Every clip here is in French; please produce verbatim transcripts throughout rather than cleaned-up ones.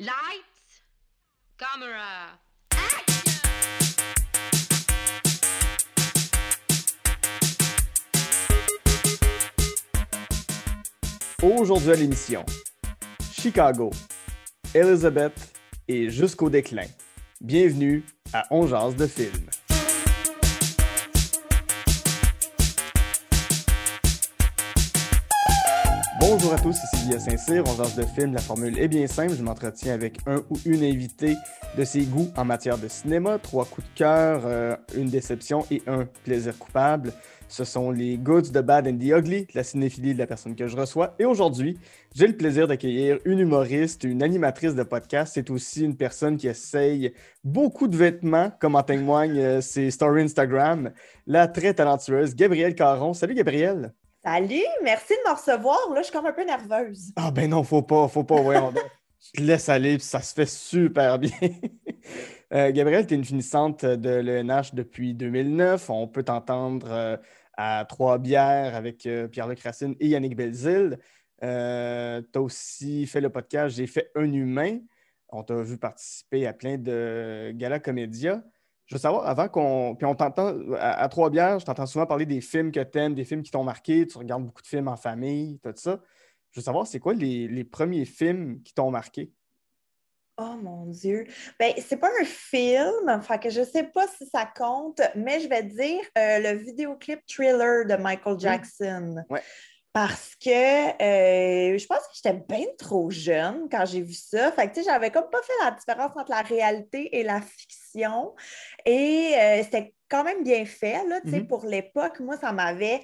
Lights, camera. Aujourd'hui à l'émission, Chicago, Elizabeth et Jusqu'au déclin. Bienvenue à On jase de film. Bonjour à tous, ici Guillaume Saint-Cyr, On jase de film. La formule est bien simple, je m'entretiens avec un ou une invitée de ses goûts en matière de cinéma, trois coups de cœur, euh, une déception et un plaisir coupable. Ce sont les goods, the bad and the ugly, la cinéphilie de la personne que je reçois. Et aujourd'hui, j'ai le plaisir d'accueillir une humoriste, une animatrice de podcast. C'est aussi une personne qui essaye beaucoup de vêtements, comme en témoignent euh, ses stories Instagram. La très talentueuse Gabrielle Caron. Salut Gabrielle! Salut, merci de me recevoir. Là, je suis comme un peu nerveuse. Ah ben non, faut pas, faut pas, voyons donc. Je te laisse aller, puis ça se fait super bien. euh, Gabrielle, tu es une finissante de l'E N H depuis deux mille neuf. On peut t'entendre euh, à Trois-Bières avec euh, Pierre-Luc Racine et Yannick Belzile. Euh, tu as aussi fait le podcast J'ai fait un humain. On t'a vu participer à plein de galas comédia. Je veux savoir, avant qu'on. Puis on t'entend à, à Trois-Bières, je t'entends souvent parler des films que tu aimes, des films qui t'ont marqué. Tu regardes beaucoup de films en famille, tout ça. Je veux savoir, c'est quoi les, les premiers films qui t'ont marqué? Oh mon Dieu. Ben, c'est pas un film, fait que je sais pas si ça compte, mais je vais dire euh, le vidéoclip Thriller de Michael Jackson. Ouais. Parce que euh, je pense que j'étais bien trop jeune quand j'ai vu ça. Fait que tu sais, j'avais comme pas fait la différence entre la réalité et la fiction. Et euh, c'était quand même bien fait, là, tu sais, Mm-hmm. pour l'époque. Moi, ça m'avait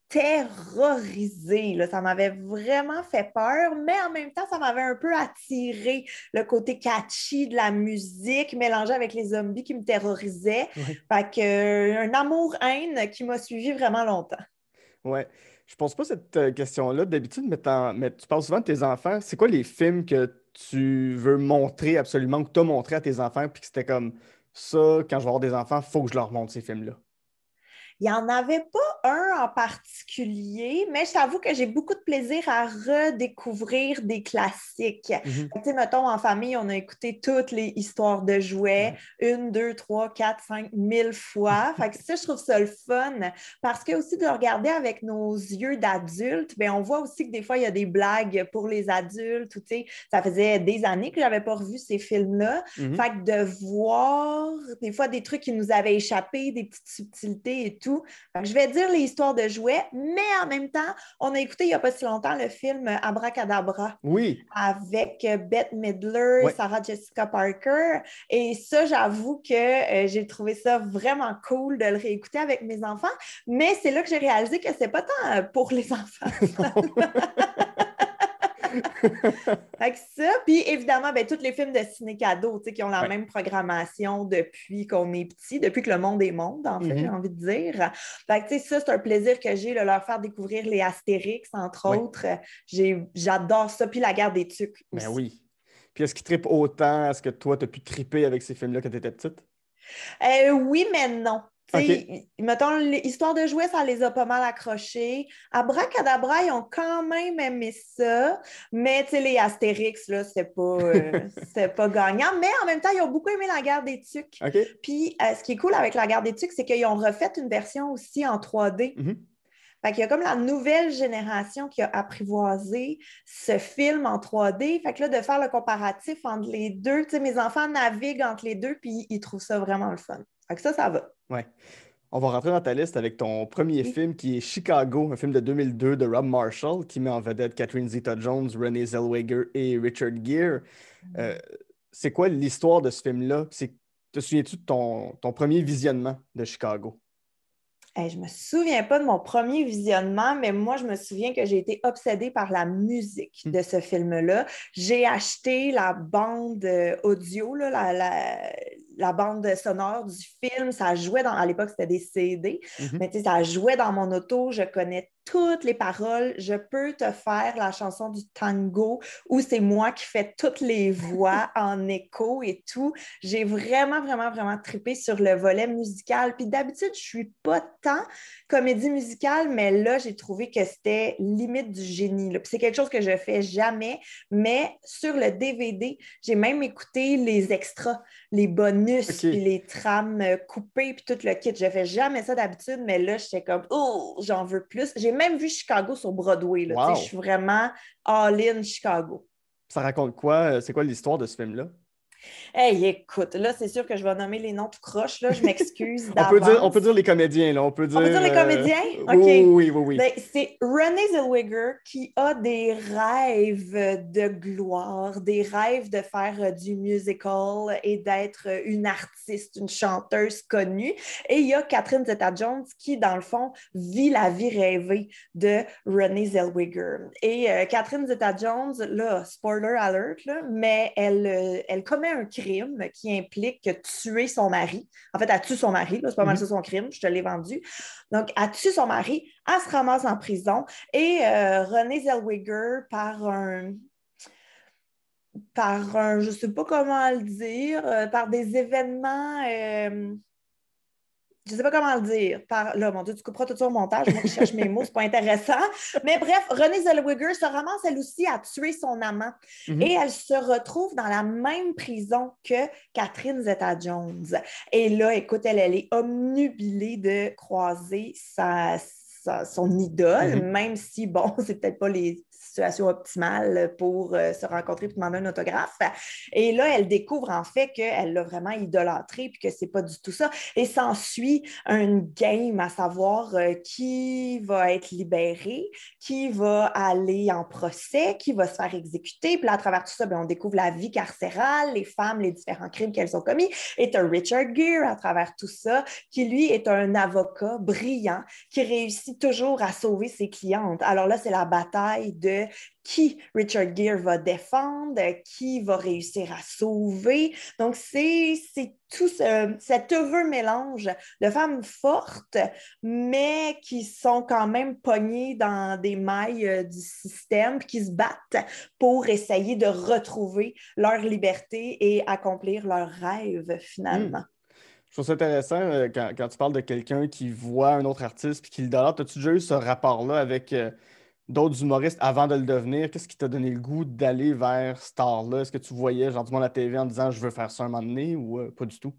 terrorisée, là. Ça m'avait vraiment fait peur, mais en même temps, ça m'avait un peu attiré le côté catchy de la musique mélangé avec les zombies qui me terrorisaient. Ouais. Fait que, euh, un amour-haine qui m'a suivi vraiment longtemps. Ouais. Je pose pas cette euh, question-là d'habitude, mais, t'en- mais tu parles souvent de tes enfants. C'est quoi les films que tu veux montrer absolument, que tu as montré à tes enfants, puis que c'était comme ça, quand je vais avoir des enfants, il faut que je leur montre ces films-là? Il n'y en avait pas un en particulier, mais je t'avoue que j'ai beaucoup de plaisir à redécouvrir des classiques. Mhm. Tu sais, mettons, en famille, on a écouté toutes les histoires de jouets, Ouais. une, deux, trois, quatre, cinq, mille fois. Fait que ça, je trouve ça le fun, parce que aussi de le regarder avec nos yeux d'adultes, ben, on voit aussi que des fois, il y a des blagues pour les adultes. Ou, tu sais, ça faisait des années que je n'avais pas revu ces films-là. Mhm. Fait que de voir des fois des trucs qui nous avaient échappé, des petites subtilités et tout. Fait que je vais dire les histoires de jouets, mais en même temps, on a écouté il n'y a pas si longtemps le film Abracadabra Oui. avec Bette Midler, Ouais. Sarah Jessica Parker. Et ça, j'avoue que euh, j'ai trouvé ça vraiment cool de le réécouter avec mes enfants. Mais c'est là que j'ai réalisé que c'est pas tant pour les enfants. Fait que ça, puis évidemment, ben, tous les films de ciné-cadeau, tu sais, qui ont la Ouais. même programmation depuis qu'on est petit, depuis que le monde est monde, en fait, Mhm. j'ai envie de dire. Fait que, tu sais, ça, c'est un plaisir que j'ai, de leur faire découvrir les Astérix, entre Ouais. autres. J'ai, j'adore ça, puis la guerre des tucs Ben aussi. oui. Puis est-ce qu'ils trippent autant? Est-ce que toi, tu as pu tripper avec ces films-là quand tu étais petite? Euh, oui, mais non. Tu OK. sais, mettons, l'histoire de jouets, ça les a pas mal accrochés. Abracadabra, ils ont quand même aimé ça. Mais, tu sais, les Astérix, là, c'est pas, euh, c'est pas gagnant. Mais en même temps, ils ont beaucoup aimé la guerre des tucs. OK. Puis, euh, ce qui est cool avec la guerre des tucs, c'est qu'ils ont refait une version aussi en trois D. Mhm. Fait qu'il y a comme la nouvelle génération qui a apprivoisé ce film en trois D. Fait que là, de faire le comparatif entre les deux, tu sais, mes enfants naviguent entre les deux, puis ils trouvent ça vraiment le fun. Fait que ça, ça va. Ouais. On va rentrer dans ta liste avec ton premier Oui. film qui est Chicago, un film de deux mille deux de Rob Marshall qui met en vedette Catherine Zeta-Jones, Renée Zellweger et Richard Gere. Euh, c'est quoi l'histoire de ce film-là? C'est, te souviens-tu de ton, ton premier visionnement de Chicago? Hey, je me souviens pas de mon premier visionnement, mais moi, je me souviens que j'ai été obsédée par la musique Hmm. de ce film-là. J'ai acheté la bande euh, audio, là, la, la, la bande sonore du film. Ça jouait dans, à l'époque, c'était des C D, Mhm. mais tu sais, ça jouait dans mon auto. Je connais toutes les paroles. Je peux te faire la chanson du tango où c'est moi qui fais toutes les voix en écho et tout. J'ai vraiment, vraiment, vraiment trippé sur le volet musical. Puis d'habitude, je suis pas tant comédie musicale, mais là, j'ai trouvé que c'était limite du génie, là. Puis c'est quelque chose que je fais jamais, mais sur le D V D, j'ai même écouté les extras, les bonus, OK. puis les trames coupées, puis tout le kit. Je fais jamais ça d'habitude, mais là, j'étais comme, oh, j'en veux plus. J'ai même vu Chicago sur Broadway, là. Wow. Je suis vraiment all-in Chicago. Ça raconte quoi? C'est quoi l'histoire de ce film-là? Hey, écoute, là, c'est sûr que je vais nommer les noms tout croche, là. Je m'excuse on, peut dire, on d'avance. peut dire les comédiens, là. On peut dire, On peut dire les comédiens? euh... OK. Oui, oui, oui, oui. Ben, c'est Renée Zellweger qui a des rêves de gloire, des rêves de faire du musical et d'être une artiste, une chanteuse connue. Et il y a Catherine Zeta-Jones qui, dans le fond, vit la vie rêvée de Renée Zellweger. Et euh, Catherine Zeta-Jones, là, spoiler alert, là, mais elle, euh, elle commet un crime qui implique tuer son mari. En fait, elle tue son mari, là, c'est pas mal Mm-hmm. ça son crime, je te l'ai vendu. Donc, elle tue son mari, elle se ramasse en prison et euh, Renée Zellweger, par un, par un, je sais pas comment le dire, euh, par des événements, euh, je sais pas comment le dire, par, là, mon Dieu, tu couperas tout ça au montage, moi qui cherche mes mots, c'est pas intéressant, mais bref, Renée Zellweger se ramasse elle aussi à tuer son amant Mm-hmm. et elle se retrouve dans la même prison que Catherine Zeta-Jones. Et là, écoute, elle, elle est omnubilée de croiser sa, sa, son idole, Mm-hmm. même si, bon, c'est peut-être pas les situations optimales pour euh, se rencontrer et demander un autographe. Et là, elle découvre en fait qu'elle l'a vraiment idolâtré puis que c'est pas du tout ça. Et s'ensuit un game à savoir euh, qui va être libéré, qui va aller en procès, qui va se faire exécuter. Puis là, à travers tout ça, bien, on découvre la vie carcérale, les femmes, les différents crimes qu'elles ont commis. Et tu as Richard Gere à travers tout ça, qui lui est un avocat brillant, qui réussit toujours à sauver ses clientes. Alors là, c'est la bataille de qui Richard Gere va défendre, qui va réussir à sauver. Donc, c'est, c'est tout ce, cet heureux mélange de femmes fortes, mais qui sont quand même pognées dans des mailles du système, qui se battent pour essayer de retrouver leur liberté et accomplir leurs rêves, finalement. Mmh. Je trouve ça intéressant euh, quand, quand tu parles de quelqu'un qui voit un autre artiste puis qui l'idolâtre. As-tu déjà eu ce rapport-là avec euh, d'autres humoristes avant de le devenir? Qu'est-ce qui t'a donné le goût d'aller vers cet art-là? Est-ce que tu voyais genre du monde à la T V en disant je veux faire ça un moment donné ou euh, pas du tout?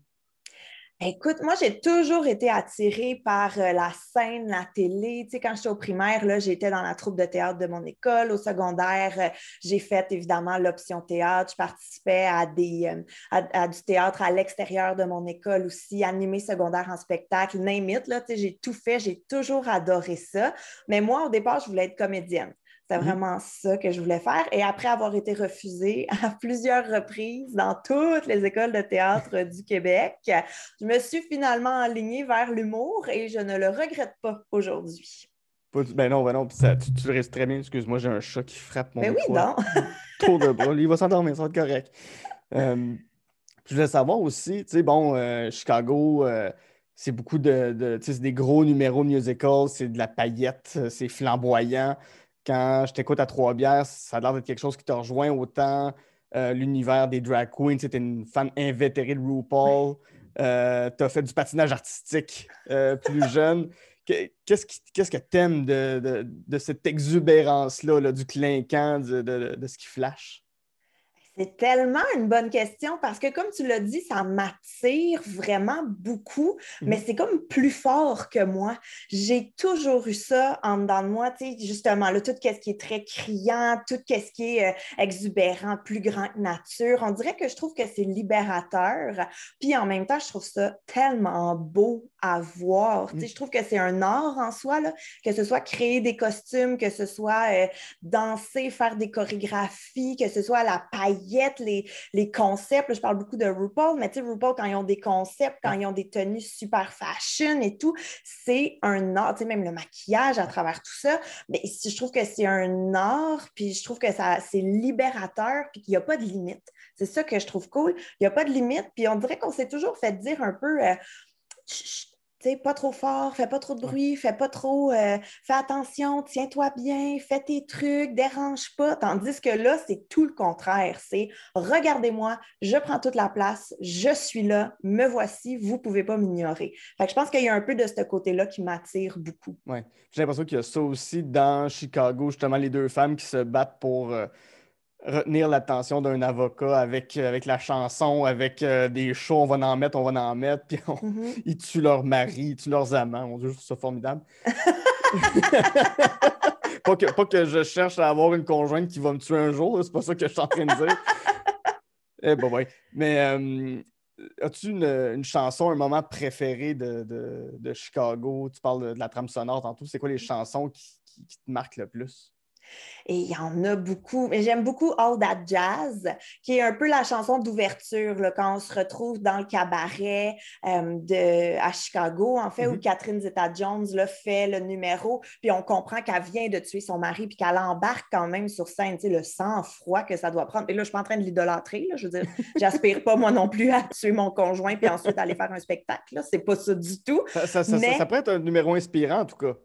Écoute, moi, j'ai toujours été attirée par euh, la scène, la télé. Tu sais, quand j'étais au primaire, là, j'étais dans la troupe de théâtre de mon école. Au secondaire, euh, j'ai fait évidemment l'option théâtre. Je participais à, des, euh, à, à du théâtre à l'extérieur de mon école aussi, animé secondaire en spectacle, name it, là, tu sais, j'ai tout fait. J'ai toujours adoré ça. Mais moi, au départ, je voulais être comédienne. C'était vraiment ça que je voulais faire. Et après avoir été refusée à plusieurs reprises dans toutes les écoles de théâtre du Québec, je me suis finalement alignée vers l'humour et je ne le regrette pas aujourd'hui. Ben non, ben non, ça, tu, tu restes très bien. Excuse-moi, j'ai un chat qui frappe mon Ben oui, micro. donc. Tour de bras. Il va s'endormir, ça va être correct. Euh, je voulais savoir aussi, tu sais, bon, euh, Chicago, euh, c'est beaucoup de, de tu sais, c'est des gros numéros de musical, c'est de la paillette, c'est flamboyant. Quand je t'écoute à Trois-Bières, ça a l'air d'être quelque chose qui te rejoint autant euh, l'univers des drag queens. Tu es une fan invétérée de RuPaul. Euh, tu as fait du patinage artistique euh, plus jeune. Qu'est-ce, qui, qu'est-ce que tu aimes de, de, de cette exubérance-là, là, du clinquant, de, de, de ce qui flash? C'est tellement une bonne question parce que, comme tu l'as dit, ça m'attire vraiment beaucoup, Mm-hmm. mais c'est comme plus fort que moi. J'ai toujours eu ça en dedans de moi, tu sais, justement, là, tout ce qui est très criant, tout ce qui est euh, exubérant, plus grand que nature. On dirait que je trouve que c'est libérateur. Puis en même temps, je trouve ça tellement beau à voir. Mm-hmm. Tu sais, je trouve que c'est un art en soi, là, que ce soit créer des costumes, que ce soit euh, danser, faire des chorégraphies, que ce soit la paille. Les, les concepts, là, je parle beaucoup de RuPaul, mais tu sais, RuPaul, quand ils ont des concepts, quand ils ont des tenues super fashion et tout, c'est un art, tu sais, même le maquillage à travers tout ça, mais je trouve que c'est un art, puis je trouve que ça, c'est libérateur, puis qu'il n'y a pas de limite. C'est ça que je trouve cool. Il n'y a pas de limite, puis on dirait qu'on s'est toujours fait dire un peu... Euh, tu tu sais, pas trop fort, fais pas trop de bruit, fais pas trop, euh, fais attention, tiens-toi bien, fais tes trucs, dérange pas. Tandis que là, c'est tout le contraire. C'est regardez-moi, je prends toute la place, je suis là, me voici, vous pouvez pas m'ignorer. Fait que je pense qu'il y a un peu de ce côté-là qui m'attire beaucoup. Ouais. J'ai l'impression qu'il y a ça aussi dans Chicago, justement, les deux femmes qui se battent pour euh, retenir l'attention d'un avocat avec, avec la chanson, avec euh, des shows, on va en mettre, on va en mettre, puis on- Mm-hmm. ils tuent leurs maris, ils tuent leurs amants. Mon Dieu, je trouve ça formidable. Pas que, pas que je cherche à avoir une conjointe qui va me tuer un jour, là, c'est pas ça que je suis en train de dire. Eh ben ouais. Mais euh, as-tu une, une chanson, un moment préféré de, de, de Chicago? Tu parles de, de la trame sonore tantôt. C'est quoi les chansons qui, qui, qui te marquent le plus? Et il y en a beaucoup. Mais j'aime beaucoup All That Jazz, qui est un peu la chanson d'ouverture, là, quand on se retrouve dans le cabaret euh, de, à Chicago, en fait, mm-hmm. où Catherine Zeta-Jones là, fait le numéro, puis on comprend qu'elle vient de tuer son mari, puis qu'elle embarque quand même sur scène, tu sais, le sang-froid que ça doit prendre. Et là, je ne suis pas en train de l'idolâtrer, là, je veux dire, j'aspire pas, moi non plus, à tuer mon conjoint, puis ensuite aller faire un spectacle. Là. C'est pas ça du tout. Ça, ça, ça, mais... ça, ça pourrait être un numéro inspirant, en tout cas.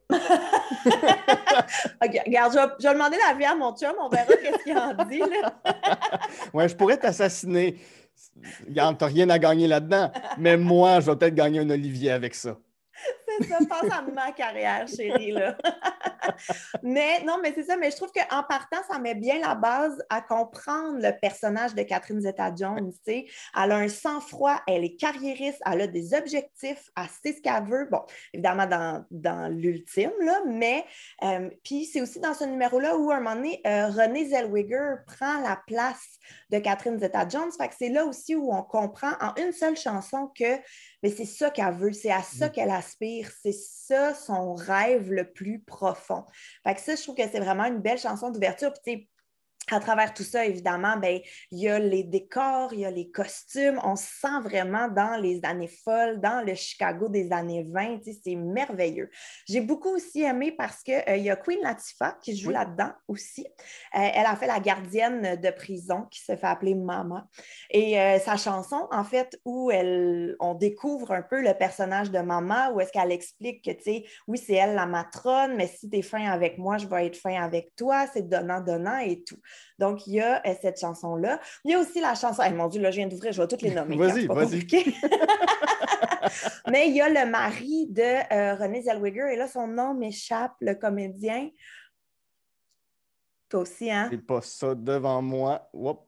OK, regarde, je vais, je vais demander l'avis à mon chum, on verra qu'est-ce qu'il en dit. Là. Ouais, je pourrais t'assassiner. Regarde, t'as rien à gagner là-dedans. Mais moi, je vais peut-être gagner un Olivier avec ça. C'est ça, pense à ma carrière, chérie, là. mais non, mais c'est ça, mais je trouve qu'en partant, ça met bien la base à comprendre le personnage de Catherine Zeta-Jones, tu sais. Elle a un sang-froid, elle est carriériste, elle a des objectifs, elle sait ce qu'elle veut, bon, évidemment dans, dans l'ultime, là, mais euh, puis c'est aussi dans ce numéro-là où, à un moment donné, euh, Renée Zellweger prend la place de Catherine Zeta-Jones, fait que c'est là aussi où on comprend en une seule chanson que mais c'est ça qu'elle veut, c'est à ça qu'elle aspire, c'est ça son rêve le plus profond. Fait que ça, je trouve que c'est vraiment une belle chanson d'ouverture. Puis, tu sais, à travers tout ça, évidemment, ben, il y a les décors, il y a les costumes. On se sent vraiment dans les années folles, dans le Chicago des années vingt. Tu sais, c'est merveilleux. J'ai beaucoup aussi aimé parce qu'il euh, y a Queen Latifah qui joue oui. là-dedans aussi. Euh, elle a fait la gardienne de prison qui se fait appeler Mama. Et euh, sa chanson, en fait, où elle, on découvre un peu le personnage de Mama, où est-ce qu'elle explique que, tu sais, oui, c'est elle la matrone, mais si tu es fin avec moi, je vais être fin avec toi. C'est donnant-donnant et tout. Donc, il y a euh, cette chanson-là. Il y a aussi la chanson... Hey, mon Dieu, là, je viens d'ouvrir, je vais toutes les nommer. Vas-y, vas-y. Mais il y a le mari de euh, Renée Zellweger, et là, son nom m'échappe, le comédien. Toi aussi, hein? J'ai pas ça devant moi. Whoop.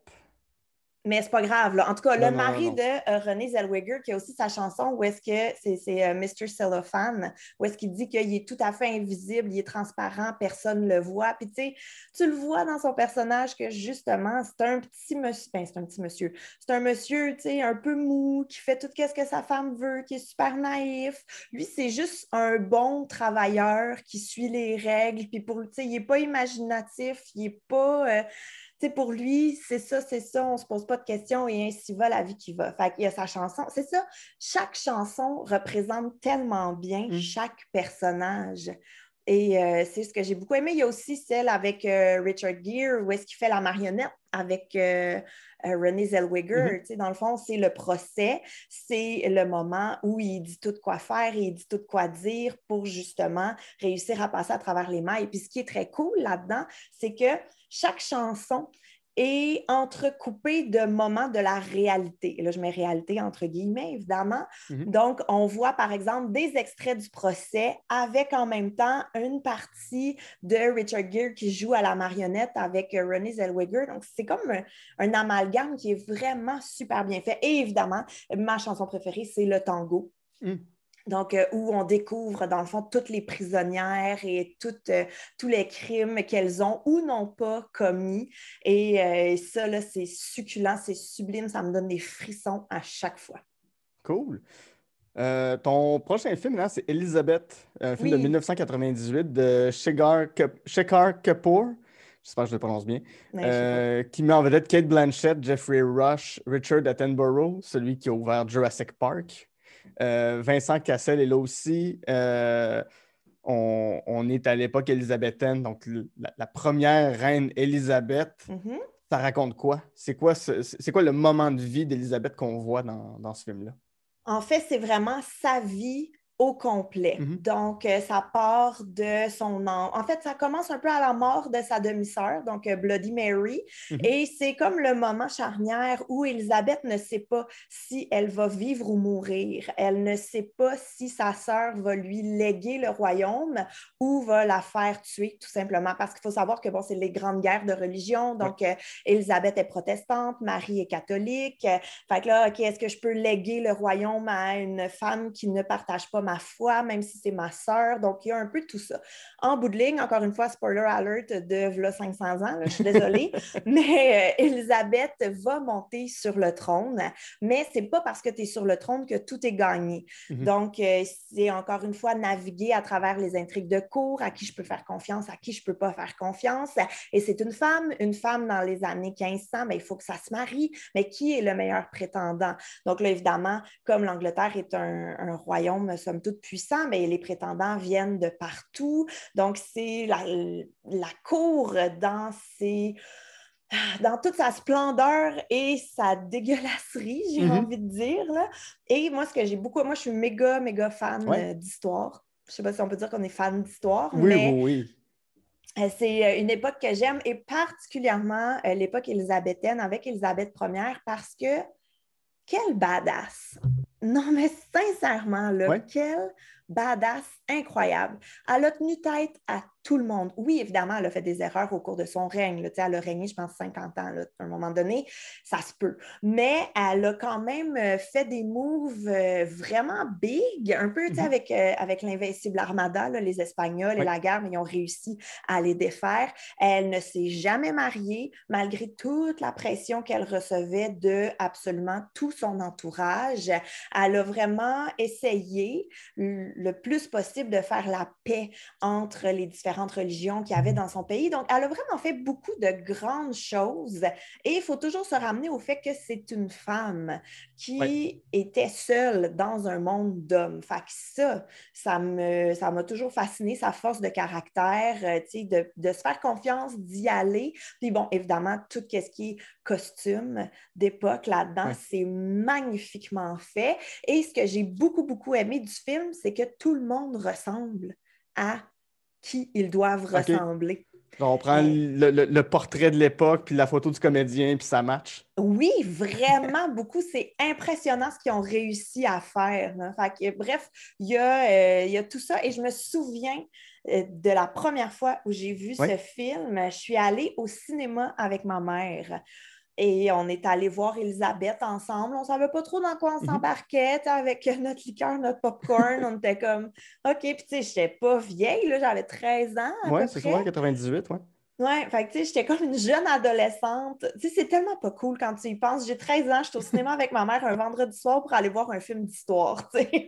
Mais c'est pas grave, là. En tout cas, non, le non, mari non, non. de euh, Renée Zellweger, qui a aussi sa chanson où est-ce que c'est, c'est euh, mister Cellophane, où est-ce qu'il dit qu'il est tout à fait invisible, il est transparent, personne ne le voit. Puis tu sais, tu le vois dans son personnage que justement, c'est un petit monsieur, ben c'est un petit monsieur, c'est un monsieur, tu sais, un peu mou, qui fait tout ce que sa femme veut, qui est super naïf. Lui, c'est juste un bon travailleur qui suit les règles, puis pour, tu sais, il n'est pas imaginatif, il n'est pas... Euh, Tu sais, pour lui, c'est ça, c'est ça, on ne se pose pas de questions et ainsi va la vie qui va. Fait qu'il y a sa chanson. C'est ça, chaque chanson représente tellement bien mm. chaque personnage. Et euh, c'est ce que j'ai beaucoup aimé. Il y a aussi celle avec euh, Richard Gere, où est-ce qu'il fait la marionnette avec euh, euh, Renée Zellweger. Mm-hmm. Tu sais, dans le fond, c'est le procès. C'est le moment où il dit tout quoi faire et il dit tout quoi dire pour justement réussir à passer à travers les mailles. Et puis, ce qui est très cool là-dedans, c'est que chaque chanson est entrecoupée de moments de la réalité. Et là, je mets réalité entre guillemets, évidemment. Mm-hmm. Donc, on voit, par exemple, des extraits du procès avec en même temps une partie de Richard Gere qui joue à la marionnette avec Renée Zellweger. Donc, c'est comme un, un amalgame qui est vraiment super bien fait. Et évidemment, ma chanson préférée, c'est le tango. Mm. Donc, euh, où on découvre, dans le fond, toutes les prisonnières et toutes, euh, tous les crimes qu'elles ont ou n'ont pas commis. Et euh, ça, là, c'est succulent, c'est sublime. Ça me donne des frissons à chaque fois. Cool. Euh, ton prochain film, là, c'est Elizabeth, un film oui. de dix-neuf cent quatre-vingt-dix-huit de Shekhar, Shekhar Kapoor. J'espère que je le prononce bien. Ouais, euh, qui met en vedette Cate Blanchett, Jeffrey Rush, Richard Attenborough, celui qui a ouvert Jurassic Park. Euh, Vincent Cassel est là aussi. Euh, on, on est à l'époque élisabéthaine, donc la, la première reine Élisabeth. Mm-hmm. Ça raconte quoi? C'est quoi, ce, c'est quoi le moment de vie d'Élisabeth qu'on voit dans, dans ce film-là? En fait, c'est vraiment sa vie au complet. Mhm. Donc, euh, ça part de son... En... en fait, ça commence un peu à la mort de sa demi-sœur, donc euh, Bloody Mary, Mhm. et c'est comme le moment charnière où Élisabeth ne sait pas si elle va vivre ou mourir. Elle ne sait pas si sa sœur va lui léguer le royaume ou va la faire tuer, tout simplement, parce qu'il faut savoir que, bon, c'est les grandes guerres de religion, donc Ouais. euh, Élisabeth est protestante, Marie est catholique. Euh, fait que là, OK, est-ce que je peux léguer le royaume à une femme qui ne partage pas ma foi, même si c'est ma sœur? Donc, il y a un peu tout ça. En bout de ligne, encore une fois, spoiler alert de là, cinq cents ans, là, je suis désolée, mais euh, Élisabeth va monter sur le trône, mais c'est pas parce que tu es sur le trône que tout est gagné. Mhm. Donc, euh, c'est encore une fois naviguer à travers les intrigues de cour, à qui je peux faire confiance, à qui je peux pas faire confiance. Et c'est une femme, une femme dans les années quinze cents, mais il faut que ça se marie. Mais qui est le meilleur prétendant? Donc là, évidemment, comme l'Angleterre est un, un royaume, somme toute, puissant, mais les prétendants viennent de partout. Donc, c'est la, la cour dans ses dans toute sa splendeur et sa dégueulasserie, j'ai Mhm. envie de dire. Là. Et moi, ce que j'ai beaucoup... Moi, je suis méga, méga fan Ouais. euh, d'histoire. Je ne sais pas si on peut dire qu'on est fan d'histoire, Oui, mais oui, oui. euh, c'est euh, une époque que j'aime et particulièrement euh, l'époque élisabéthaine avec Élisabeth première parce que quelle badass! Non, mais sincèrement, là, Ouais. quelle badass incroyable. Elle a tenu tête à tout le monde. Oui, évidemment, elle a fait des erreurs au cours de son règne. Là. Elle a régné, je pense, cinquante ans. Là, à un moment donné, ça se peut. Mais elle a quand même euh, fait des moves euh, vraiment big, un peu Mhm. avec, euh, avec l'Invincible Armada, là, les Espagnols et Ouais. la guerre, mais ils ont réussi à les défaire. Elle ne s'est jamais mariée, malgré toute la pression qu'elle recevait de absolument tout son entourage. Elle a vraiment essayé le plus possible de faire la paix entre les différentes religions qu'il y avait dans son pays. Donc, elle a vraiment fait beaucoup de grandes choses. Et il faut toujours se ramener au fait que c'est une femme qui Ouais. était seule dans un monde d'hommes. Fait que ça, ça me, ça m'a toujours fasciné, sa force de caractère, euh, tu sais, de, de se faire confiance, d'y aller. Puis bon, évidemment, tout ce qui est costume d'époque là-dedans, Ouais. c'est magnifiquement fait. Et ce que j'ai beaucoup, beaucoup aimé du film, c'est que tout le monde ressemble à qui ils doivent OK. ressembler. Donc, on prend Euh, le, le- le portrait de l'époque, puis la photo du comédien, puis ça match. oui, vraiment beaucoup. C'est impressionnant ce qu'ils ont réussi à faire. Là. Fait que, bref, il y a, euh, il y a tout ça. Et je me souviens euh, de la première fois où j'ai vu Ouais. ce film. Je suis allée au cinéma avec ma mère. Et on est allé voir Elisabeth ensemble. On ne savait pas trop dans quoi on Mhm. s'embarquait, avec notre liqueur, notre popcorn. On était comme, OK, puis tu sais, je n'étais pas vieille, là, j'avais treize ans à Ouais, peu c'est ça, près. ouais, quatre-vingt-dix-huit, ouais. Ouais, fait que tu sais, j'étais comme une jeune adolescente. Tu sais, c'est tellement pas cool quand tu y penses. J'ai treize ans, j'étais au cinéma avec ma mère un vendredi soir pour aller voir un film d'histoire, tu sais.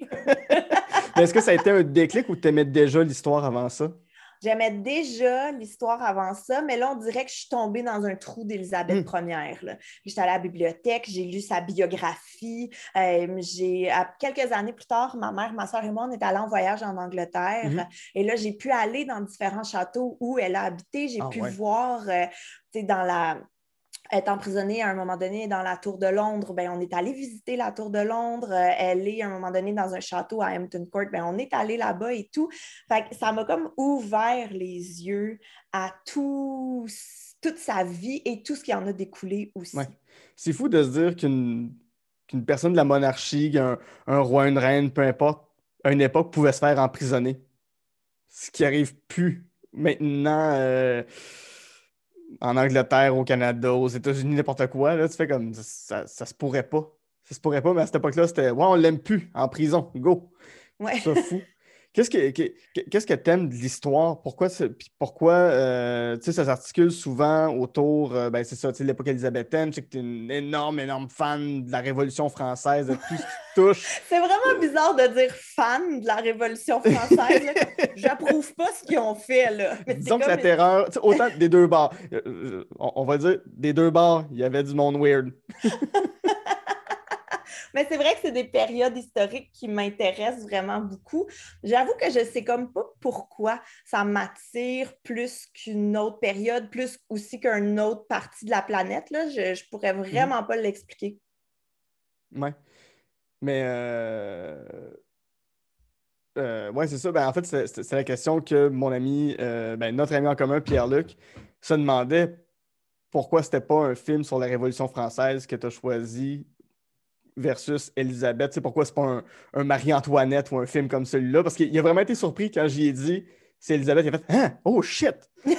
Mais est-ce que ça a été un déclic ou tu aimais déjà l'histoire avant ça? J'aimais déjà l'histoire avant ça, mais là, on dirait que je suis tombée dans un trou d'Élisabeth Hmm. première. Là. J'étais à la bibliothèque, j'ai lu sa biographie. Euh, j'ai, à, quelques années plus tard, ma mère, ma soeur et moi, on est allés en voyage en Angleterre. Mhm. Et là, j'ai pu aller dans différents châteaux où elle a habité. J'ai Ah pu ouais. voir, euh, tu sais, dans la être emprisonnée à un moment donné dans la Tour de Londres, ben, on est allé visiter la Tour de Londres. Euh, elle est à un moment donné dans un château à Hampton Court. Ben, on est allé là-bas et tout. Fait que ça m'a comme ouvert les yeux à tout, toute sa vie et tout ce qui en a découlé Ouais. aussi. C'est fou de se dire qu'une qu'une personne de la monarchie, un, un roi, une reine, peu importe, à une époque, pouvait se faire emprisonner. Ce qui arrive plus maintenant euh, en Angleterre, au Canada, aux États-Unis, n'importe quoi. Là, tu fais comme ça, ça, ça se pourrait pas. Ça se pourrait pas, mais à cette époque-là, c'était ouais, on l'aime plus en prison. Go. Je trouve Ouais. ça fou. Qu'est-ce que que- que- qu'est-ce que t'aimes de l'histoire? Pourquoi, c'est- puis pourquoi euh, tu sais, ça s'articule souvent autour, euh, ben c'est ça, tu sais, l'époque élisabéthaine. Je sais que tu es une énorme, énorme fan de la Révolution française, de tout ce qui touche. C'est vraiment bizarre de dire fan de la Révolution française. Là, comme, j'approuve pas ce qu'ils ont fait, là. Mais c'est Disons que comme la une... terreur, tu sais, autant des deux bords, euh, euh, on, on va dire des deux bords, il y avait du monde weird. Mais c'est vrai que c'est des périodes historiques qui m'intéressent vraiment beaucoup. J'avoue que je ne sais comme pas pourquoi ça m'attire plus qu'une autre période, plus aussi qu'une autre partie de la planète. Là. Je ne pourrais Mhm. vraiment pas l'expliquer. Ouais. Mais euh, Euh, oui, c'est ça. Ben, en fait, c'est, c'est- c'est la question que mon ami, euh, ben, notre ami en commun, Pierre-Luc, se demandait pourquoi c'était pas un film sur la Révolution française que tu as choisi versus Elisabeth. Tu sais, pourquoi c'est pas un, un Marie-Antoinette ou un film comme celui-là? Parce qu'il a vraiment été surpris quand j'y ai dit c'est Elisabeth. Il a fait hein? Oh shit!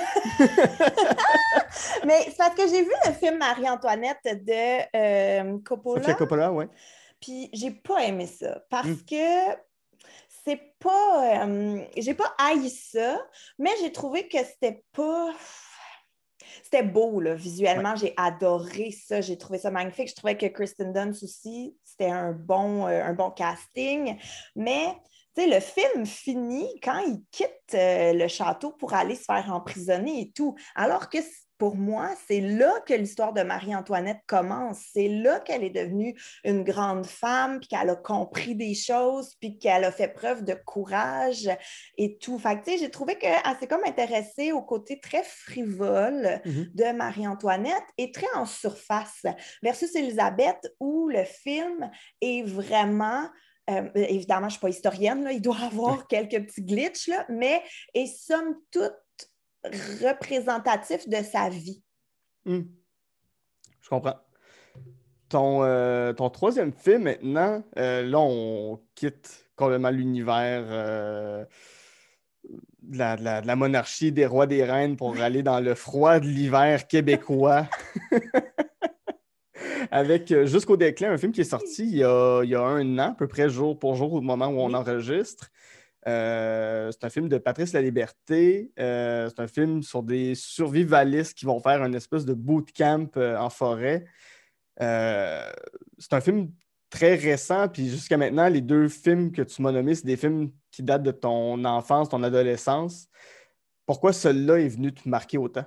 Mais c'est parce que j'ai vu le film Marie-Antoinette de euh, Sofia Coppola, Coppola, ouais. puis j'ai pas aimé ça parce Hmm. que c'est pas. Euh, j'ai pas haï ça, mais j'ai trouvé que c'était pas. C'était beau, là, Ouais. visuellement. J'ai adoré ça. J'ai trouvé ça magnifique. Je trouvais que Kristen Dunst aussi, c'était un bon, euh, un bon casting. Mais, tu sais, le film finit quand il quitte euh, le château pour aller se faire emprisonner et tout. Alors que pour moi, c'est là que l'histoire de Marie-Antoinette commence. C'est là qu'elle est devenue une grande femme, puis qu'elle a compris des choses, puis qu'elle a fait preuve de courage et tout. Fait que, tu sais, j'ai trouvé qu'elle s'est comme intéressée au côté très frivole Mhm. de Marie-Antoinette et très en surface versus Elisabeth où le film est vraiment euh, évidemment, je ne suis pas historienne, là, il doit y avoir quelques petits glitches, là, mais est somme toute représentatif de sa vie. Hmm. Je comprends. Ton, euh, ton troisième film, maintenant, euh, là, on quitte complètement l'univers euh, de la, de la- de la monarchie des rois des reines pour aller dans le froid de l'hiver québécois avec euh, Jusqu'au déclin, un film qui est sorti il y a, il y a un an, à peu près jour pour jour au moment où on Oui. enregistre. Euh, c'est un film de Patrice Laliberté. Euh, c'est un film sur des survivalistes qui vont faire une espèce de bootcamp euh, en forêt. Euh, c'est un film très récent, puis jusqu'à maintenant, les deux films que tu m'as nommés, c'est des films qui datent de ton enfance, ton adolescence. Pourquoi celui-là est venu te marquer autant?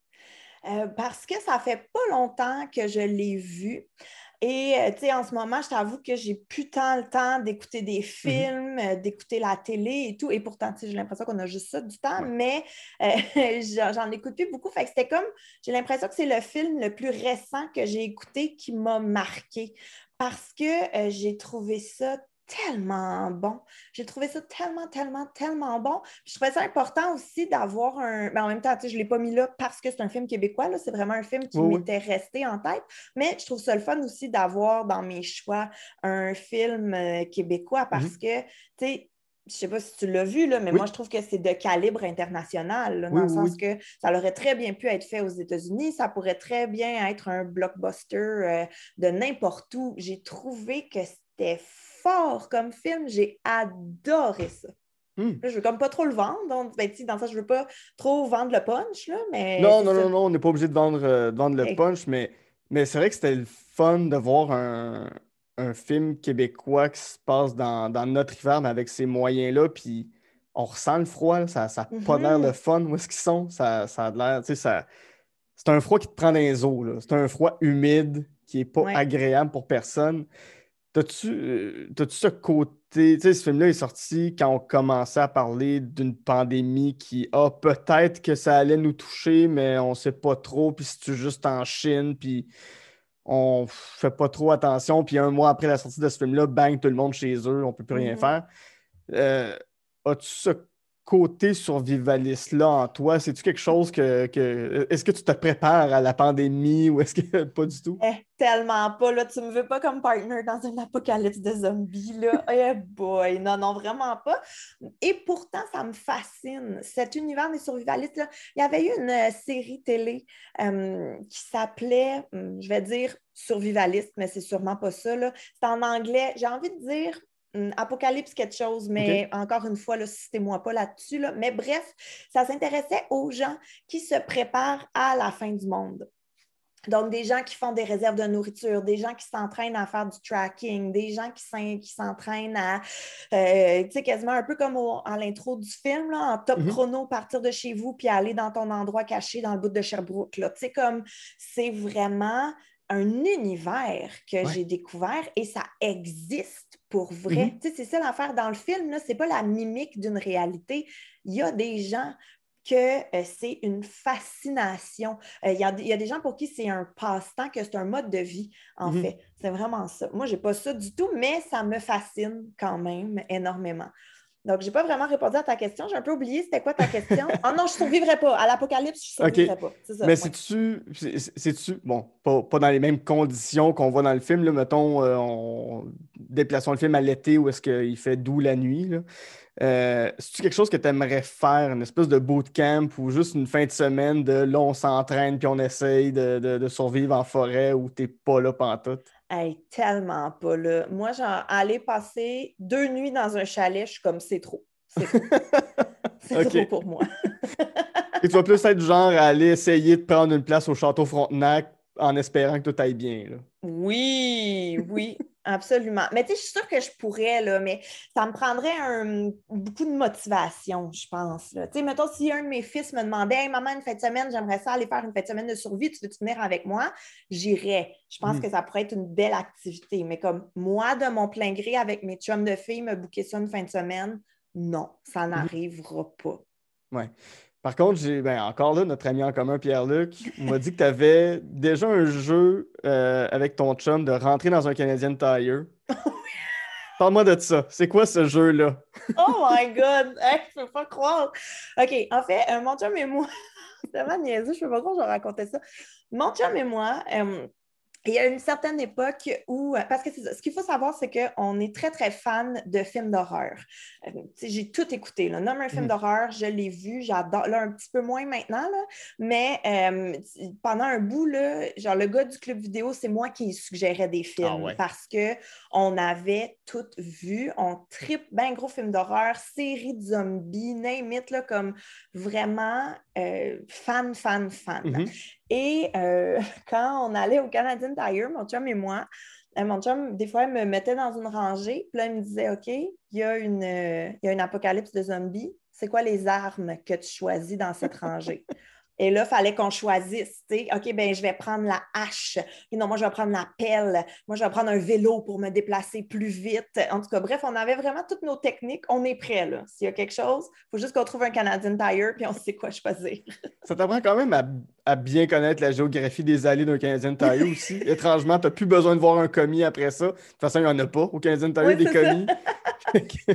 Euh, parce que ça fait pas longtemps que je l'ai vu. Et euh, tu sais, en ce moment, je t'avoue que j'ai plus tant le temps d'écouter des Mhm. films, euh, d'écouter la télé et tout. Et pourtant, tu sais, j'ai l'impression qu'on a juste ça du temps, Ouais. mais euh, j'en j'en écoute plus beaucoup. Fait que c'était comme, j'ai l'impression que c'est le film le plus récent que j'ai écouté qui m'a marqué parce que euh, j'ai trouvé ça tellement bon. J'ai trouvé ça tellement, tellement, tellement bon. Puis je trouvais ça important aussi d'avoir un. Ben, en même temps, tu sais, je ne l'ai pas mis là parce que c'est un film québécois. Là. C'est vraiment un film qui Oui, oui. m'était resté en tête. Mais je trouve ça le fun aussi d'avoir dans mes choix un film euh, québécois parce Mhm. que, tu sais, je ne sais pas si tu l'as vu, là, mais moi, Oui, je trouve que c'est de calibre international, là, oui, dans le oui, sens oui. que ça aurait très bien pu être fait aux États-Unis, ça pourrait très bien être un blockbuster euh, de n'importe où. J'ai trouvé que c'était fort comme film. J'ai adoré ça. Hmm. Là, je veux comme pas trop le vendre. Donc, ben, dans ça, je veux pas trop vendre le punch, là, mais Non, c'est non, ça. non, non, on n'est pas obligé de vendre, euh, de vendre le Hey. punch, mais, mais c'est vrai que c'était le fun de voir un, un film québécois qui se passe dans, dans notre hiver, mais avec ces moyens-là, puis on ressent le froid, là, ça n'a pas l'air le Mm-hmm. fun où est-ce qu'ils sont, ça, ça a l'air, tu sais, ça, c'est un froid qui te prend dans les os, là. C'est un froid humide qui est pas Ouais. agréable pour personne. T'as-tu, euh, t'as-tu ce côté, tu sais, ce film-là est sorti quand on commençait à parler d'une pandémie qui, ah, peut-être que ça allait nous toucher, mais on sait pas trop, puis c'est juste en Chine, puis on fait pas trop attention, puis un mois après la sortie de ce film-là, bang, tout le monde chez eux, on peut plus rien Mm-hmm. faire. Euh, As-tu ce côté survivaliste-là en toi? C'est-tu quelque chose que, que... Est-ce que tu te prépares à la pandémie ou est-ce que pas du tout? Eh, tellement pas, là, tu me veux pas comme partner dans un apocalypse de zombies, là. Eh boy, non, non, vraiment pas. Et pourtant, ça me fascine, cet univers des survivalistes, là. Il y avait eu une euh, série télé euh, qui s'appelait, hum, je vais dire survivaliste, mais c'est sûrement pas ça, là. C'est en anglais, j'ai envie de dire hum, Apocalypse quelque chose, mais OK. encore une fois, là, citez-moi pas là-dessus, là. Mais bref, ça s'intéressait aux gens qui se préparent à la fin du monde. Donc, des gens qui font des réserves de nourriture, des gens qui s'entraînent à faire du tracking, des gens qui s'entraînent à, euh, tu sais, quasiment un peu comme au, à l'intro du film, là, en top Mhm. chrono, partir de chez vous puis aller dans ton endroit caché dans le bout de Sherbrooke. Là. Tu sais, comme c'est vraiment un univers que Ouais. j'ai découvert et ça existe pour vrai. Mhm. Tu sais, c'est ça l'affaire dans le film, là, c'est pas la mimique d'une réalité. Il y a des gens que euh, c'est une fascination. Euh, Il y, a, y a des gens pour qui c'est un passe-temps, que c'est un mode de vie, en Mhm. fait. C'est vraiment ça. Moi, je n'ai pas ça du tout, mais ça me fascine quand même énormément. Donc, j'ai pas vraiment répondu à ta question. J'ai un peu oublié c'était quoi ta question. Oh non, je survivrais pas. À l'apocalypse, je survivrais OK. pas. C'est ça. Mais Ouais. c'est-tu, c'est- c'est-tu, bon, pas, pas dans les mêmes conditions qu'on voit dans le film, là, mettons, euh, on, déplaçons le film à l'été où est-ce qu'il fait doux la nuit, là. Euh, c'est-tu quelque chose que tu aimerais faire, une espèce de bootcamp ou juste une fin de semaine de là, on s'entraîne puis on essaye de, de- de survivre en forêt où t'es pas là pantoute? Hey, tellement pas, là. Moi, genre, aller passer deux nuits dans un chalet, je suis comme, c'est trop. C'est trop. C'est OK. trop pour moi. Et tu vas plus être du genre à aller essayer de prendre une place au Château Frontenac en espérant que tout aille bien, là. Oui, oui, absolument. Mais tu sais, je suis sûre que je pourrais, là, mais ça me prendrait un- beaucoup de motivation, je pense, là. Tu sais, mettons, si un de mes fils me demandait, Hey, maman, une fin de semaine, j'aimerais ça aller faire une fin de semaine de survie, tu veux-tu venir avec moi? J'irais. Je pense Mhm. que ça pourrait être une belle activité. Mais comme moi, de mon plein gré, avec mes chums de filles, me booker ça une fin de semaine, non, ça Mhm. n'arrivera pas. Ouais. Par contre, j'ai ben, encore là, notre ami en commun, Pierre-Luc, m'a dit que tu avais déjà un jeu euh, avec ton chum de rentrer dans un Canadian Tire. Parle-moi de ça. C'est quoi ce jeu-là? Oh my God! Hey, je peux pas croire! OK, en fait, euh, mon chum et moi, c'est tellement niaiseux, je peux pas croire que je racontais ça. Mon chum et moi, euh, il y a une certaine époque où, parce que c'est ça, ce qu'il faut savoir, c'est qu'on est très, très fan de films d'horreur. Euh, tu sais, j'ai tout écouté, là. Nomme un film Mhm. d'horreur, je l'ai vu, j'adore, là, un petit peu moins maintenant, là, mais euh, t- pendant un bout, là, genre, le gars du club vidéo, c'est moi qui suggérais des Ah films ouais. parce qu'on avait tout vu, on tripe bien gros film d'horreur, série de zombies, name it, là, comme vraiment euh, fan, fan, fan. Mhm. Et euh, quand on allait au Canadian Tire, mon chum et moi, euh, mon chum, des fois, il me mettait dans une rangée, puis là, il me disait, OK, il y a une, euh, il y a une apocalypse de zombies. C'est quoi les armes que tu choisis dans cette rangée? Et là, il fallait qu'on choisisse, tu sais, OK, ben je vais prendre la hache. Et non, moi, je vais prendre la pelle. Moi, je vais prendre un vélo pour me déplacer plus vite. En tout cas, bref, on avait vraiment toutes nos techniques. On est prêts, là. S'il y a quelque chose, il faut juste qu'on trouve un Canadian Tire, puis on sait quoi choisir. Ça t'apprend quand même à, à bien connaître la géographie des allées d'un Canadian Tire aussi. Étrangement, tu n'as plus besoin de voir un commis après ça. De toute façon, il n'y en a pas au Canadian Tire Oui, des c'est ça. commis. Fait que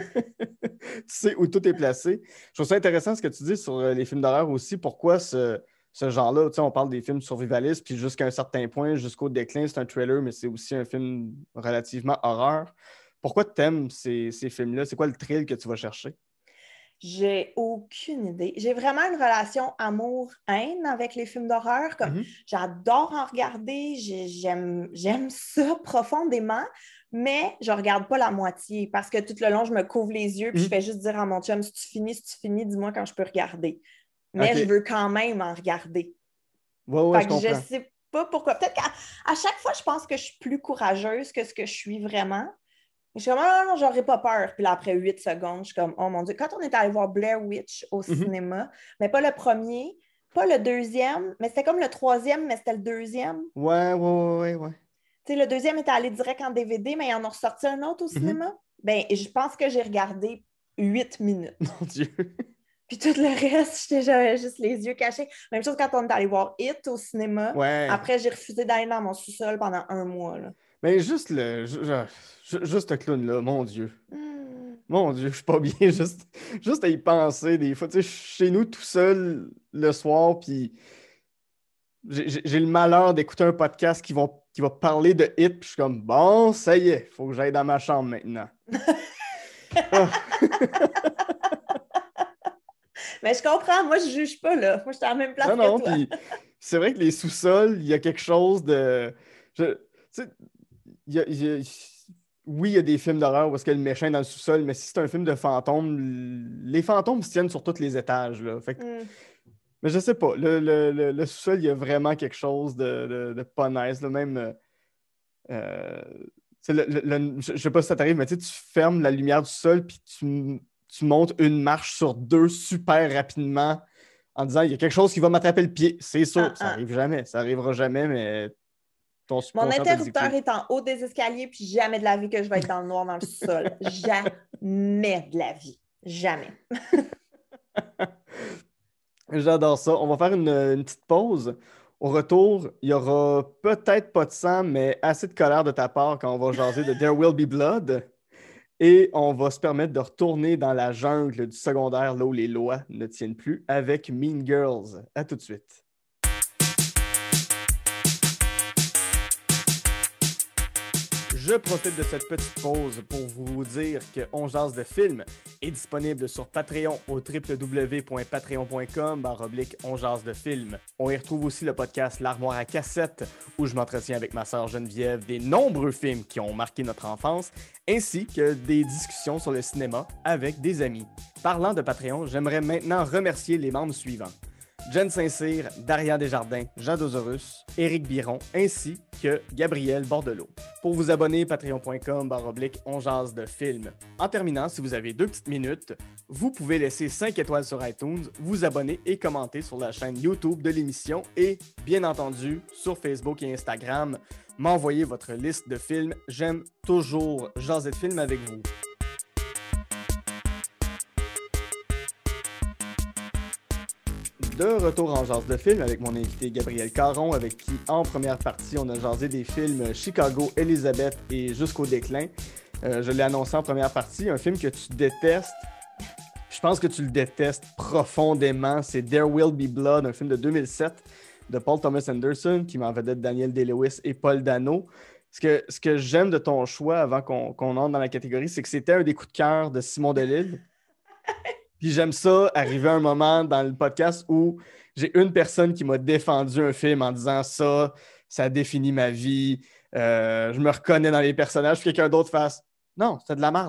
tu sais où tout est placé. Je trouve ça intéressant ce que tu dis sur euh, les films d'horreur aussi. Pourquoi ce, ce genre-là, tu sais, on parle des films survivalistes, puis jusqu'à un certain point, jusqu'au déclin, c'est un thriller, mais c'est aussi un film relativement horreur. Pourquoi tu aimes ces, ces films-là? C'est quoi le thrill que tu vas chercher? J'ai aucune idée. J'ai vraiment une relation amour-haine avec les films d'horreur. Comme Mhm. j'adore en regarder, j'ai- j'aime, j'aime ça profondément, mais je regarde pas la moitié parce que tout le long, je me couvre les yeux puis je Mhm. fais juste dire à mon chum, si tu finis, si tu finis, dis-moi quand je peux regarder. Mais je OK. veux quand même en regarder. Ouais, ouais, Fait je que je comprends. sais pas pourquoi. Peut-être qu'à à chaque fois, je pense que je suis plus courageuse que ce que je suis vraiment. Je suis comme, ah non, non, j'aurais pas peur. Puis là, après huit secondes, je suis comme, oh mon Dieu. Quand on est allé voir Blair Witch au Mhm. cinéma, mais pas le premier, pas le deuxième, mais c'était comme le troisième, mais c'était le deuxième. Ouais, ouais, ouais, ouais, ouais. Tu sais, le deuxième était allé direct en D V D, mais ils en ont ressorti un autre au Mhm. cinéma. Ben, je pense que j'ai regardé huit minutes. Mon Dieu. Puis tout le reste, j'étais j'avais juste les yeux cachés. Même chose quand on est allé voir It au cinéma. Ouais. Après, j'ai refusé d'aller dans mon sous-sol pendant un mois, là. Mais juste le. ju- ju- ju- Juste ce clown-là, mon Dieu. Hmm. Mon Dieu, je suis pas bien. Juste, juste à y penser des fois. Tu sais, je suis chez nous tout seul le soir, puis j'ai j'ai- j'ai le malheur d'écouter un podcast qui, vont, qui va parler de hit, puis je suis comme, bon, ça y est, faut que j'aille dans ma chambre maintenant. Ah. Mais je comprends, moi, je juge pas, là. Moi, je suis à la même place Non, que non, toi. puis c'est vrai que les sous-sols, il y a quelque chose de. je- Tu sais, il y a- il y a- oui, il y a des films d'horreur où est-ce que le méchant est dans le sous-sol, mais si c'est un film de fantômes, les fantômes se tiennent sur tous les étages, là. Fait que- Hmm. mais je sais pas, le, le- le- le sous-sol, il y a vraiment quelque chose de, de, de pas nice, là. Même, euh, euh, tu sais, le- le- le- je, je sais pas si ça t'arrive, mais tu sais, tu fermes la lumière du sol, puis tu, tu montes une marche sur deux super rapidement en disant, il y a quelque chose qui va m'attraper le pied. C'est sûr, Ah, ça ah. arrive jamais, ça arrivera jamais, mais ton Mon subconscient te le dit que interrupteur oui. est en haut des escaliers, puis jamais de la vie que je vais être dans le noir dans le sol. Jamais de la vie. Jamais. J'adore ça. On va faire une, une petite pause. Au retour, il y aura peut-être pas de sang, mais assez de colère de ta part quand on va jaser de There Will Be Blood. Et on va se permettre de retourner dans la jungle du secondaire, là où les lois ne tiennent plus, avec Mean Girls. À tout de suite. Je profite de cette petite pause pour vous dire que On jase de film est disponible sur Patreon au w w w point patreon point com barre oblique On jase de film. On y retrouve aussi le podcast L'Armoire à cassette où je m'entretiens avec ma sœur Geneviève des nombreux films qui ont marqué notre enfance ainsi que des discussions sur le cinéma avec des amis. Parlant de Patreon, j'aimerais maintenant remercier les membres suivants. Jen Saint-Cyr, Darian Desjardins, Jean Dosaurus, Éric Biron, ainsi que Gabriel Bordelot. Pour vous abonner, patreon point com barre oblique On jase de film. En terminant, si vous avez deux petites minutes, vous pouvez laisser cinq étoiles sur iTunes, vous abonner et commenter sur la chaîne YouTube de l'émission et, bien entendu, sur Facebook et Instagram, m'envoyer votre liste de films. J'aime toujours jaser de films avec vous. De retour en jase de film avec mon invité Gabriel Caron, avec qui, en première partie, on a jasé des films Chicago, Elizabeth et Jusqu'au déclin. Euh, je l'ai annoncé en première partie, un film que tu détestes. Je pense que tu le détestes profondément. C'est There Will Be Blood, un film de deux mille sept de Paul Thomas Anderson, qui met en vedette Daniel Day-Lewis et Paul Dano. Ce que, ce que j'aime de ton choix, avant qu'on, qu'on entre dans la catégorie, c'est que c'était un des coups de cœur de Simon Delille. Puis j'aime ça, arriver à un moment dans le podcast où j'ai une personne qui m'a défendu un film en disant ça, ça définit ma vie, euh, je me reconnais dans les personnages, puis quelqu'un d'autre fasse « Non, c'est de la merde. »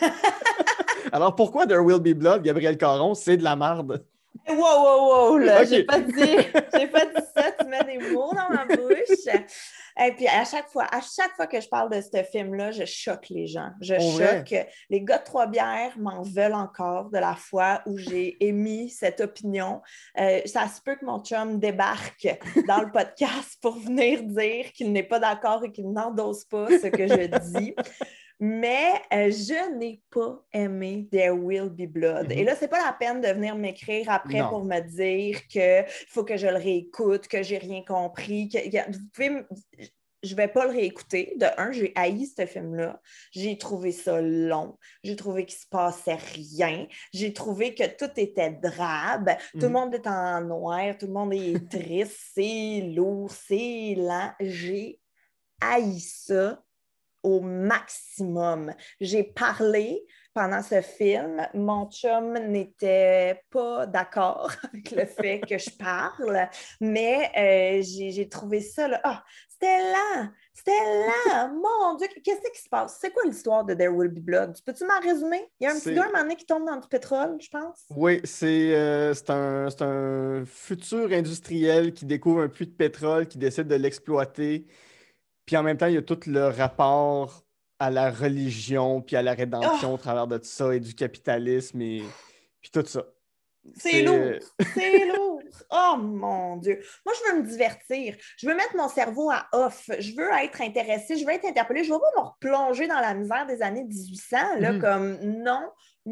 Alors pourquoi There Will Be Blood, Gabriel Caron, c'est de la merde? Wow, wow, wow, là, Okay. j'ai pas dit, j'ai pas dit ça, tu mets des mots dans ma bouche. Et puis à chaque fois, à chaque fois que je parle de ce film-là, je choque les gens. Je Oh, choque. vrai? Les gars de Trois-Bières m'en veulent encore de la fois où j'ai émis cette opinion. Euh, ça se peut que mon chum débarque dans le podcast pour venir dire qu'il n'est pas d'accord et qu'il n'endosse pas ce que je dis. Mais euh, je n'ai pas aimé There Will Be Blood. Mm-hmm. Et là, c'est pas la peine de venir m'écrire après Non. pour me dire qu'il faut que je le réécoute, que j'ai rien compris. Que, que, vous pouvez m- je vais pas le réécouter. De un, j'ai haï ce film-là. J'ai trouvé ça long. J'ai trouvé qu'il se passait rien. J'ai trouvé que tout était drabe. Mm-hmm. Tout le monde est en noir. Tout le monde est triste. C'est lourd. C'est lent. J'ai haï ça au maximum. J'ai parlé pendant ce film. Mon chum n'était pas d'accord avec le fait que je parle, mais euh, j'ai, j'ai trouvé ça, là, ah, c'était lent, c'était lent, mon Dieu, qu'est-ce qui se passe? C'est quoi l'histoire de There Will Be Blood? Tu peux-tu m'en résumer? Il y a un C'est... petit gars, un moment donné, qui tombe dans du pétrole, je pense. Oui, c'est, euh, c'est, un, c'est un futur industriel qui découvre un puits de pétrole, qui décide de l'exploiter. Puis en même temps, il y a tout le rapport à la religion, puis à la rédemption Oh! au travers de tout ça, et du capitalisme, et puis tout ça. C'est, C'est- lourd, c'est lourd. Oh mon Dieu. Moi, je veux me divertir. Je veux mettre mon cerveau à off. Je veux être intéressée. Je veux être interpellée. Je veux pas me replonger dans la misère des années dix-huit cents, là, Mhm. comme non,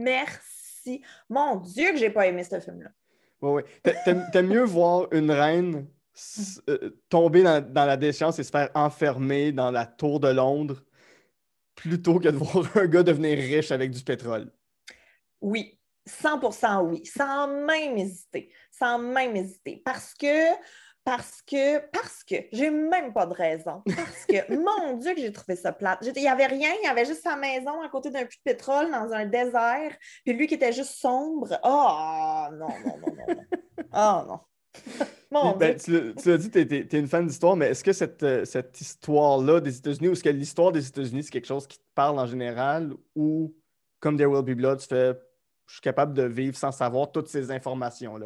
merci. Mon Dieu, que j'ai pas aimé ce film-là. Ouais, ouais. T'a- T'aimes, t'aimes mieux voir une reine s- euh, tomber dans, dans la déchéance et se faire enfermer dans la tour de Londres plutôt que de voir un gars devenir riche avec du pétrole. Oui, cent pour cent oui, sans même hésiter, sans même hésiter, parce que, parce que, parce que, j'ai même pas de raison, parce que, mon Dieu, que j'ai trouvé ça plate. J'étais- Il n'y avait rien, il y avait juste sa maison à côté d'un puits de pétrole dans un désert, puis lui qui était juste sombre. Oh, non, non, non, non, non. Oh, non. Mon Puis, ben, Dieu. tu l'as tu l'as dit, t'es, t'es- t'es une fan d'histoire, mais est-ce que cette, euh, cette histoire-là des États-Unis, ou est-ce que l'histoire des États-Unis, c'est quelque chose qui te parle en général, ou comme There Will Be Blood, tu fais, je suis capable de vivre sans savoir toutes ces informations-là?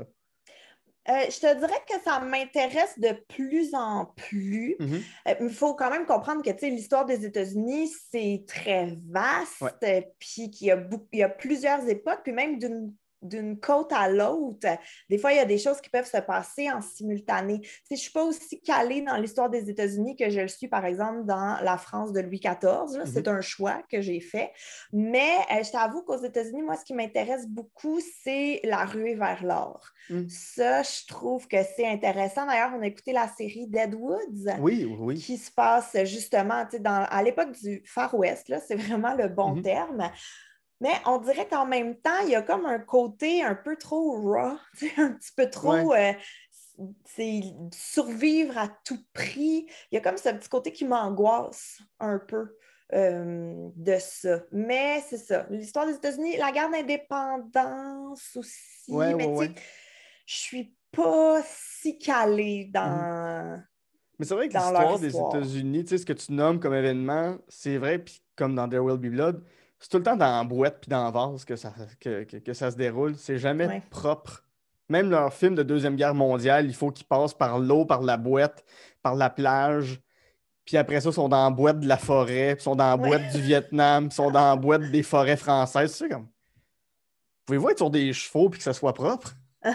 Euh, je te dirais que ça m'intéresse de plus en plus. Mhm. Euh, Il faut quand même comprendre que tu sais, l'histoire des États-Unis, c'est très vaste, Ouais. euh, puis qu'il y a, beaucoup, il y a plusieurs époques, puis même d'une d'une côte à l'autre, des fois, il y a des choses qui peuvent se passer en simultané. Tu sais, je ne suis pas aussi calée dans l'histoire des États-Unis que je le suis, par exemple, dans la France de Louis quatorze. Là. Mm-hmm. C'est un choix que j'ai fait. Mais euh, je t'avoue qu'aux États-Unis, moi, ce qui m'intéresse beaucoup, c'est la ruée vers l'or. Mm. Ça, je trouve que c'est intéressant. D'ailleurs, on a écouté la série Deadwoods. Oui, oui. Qui se passe justement dans, à l'époque du Far West. Là, c'est vraiment le bon mm-hmm. terme. Mais on dirait qu'en même temps, il y a comme un côté un peu trop raw, un petit peu trop ouais. euh, c'est survivre à tout prix. Il y a comme ce petit côté qui m'angoisse un peu euh, de ça. Mais c'est ça. L'histoire des États-Unis, la guerre d'indépendance aussi. Ouais, mais ouais, tu sais, ouais. je suis pas si calée dans... Mm-hmm. Mais c'est vrai que l'histoire des histoire. États-Unis, tu sais, ce que tu nommes comme événement, c'est vrai, puis comme dans There Will Be Blood, c'est tout le temps dans la boîte puis dans la vase que ça, que, que, que ça se déroule. C'est jamais ouais. propre. Même leur film de Deuxième Guerre mondiale, il faut qu'ils passent par l'eau, par la boîte, par la plage. Puis après ça, ils sont dans la boîte de la forêt, puis ils sont dans la boîte ouais. du Vietnam, puis ils sont dans la boîte des forêts françaises. Tu sais, comme... Pouvez-vous être sur des chevaux puis que ça soit propre?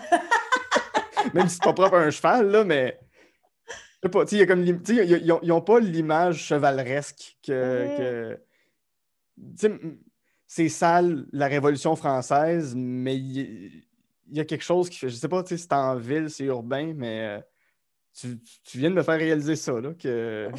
Même si c'est pas propre à un cheval, là, mais... Je sais pas, tu sais, il y a comme... Tu sais, ils n'ont pas l'image chevaleresque que... Mm-hmm. que... T'sais, c'est sale, la Révolution française, mais il y, y a quelque chose qui fait... Je sais pas, c'est en ville, c'est urbain, mais euh, tu, tu viens de me faire réaliser ça, là, que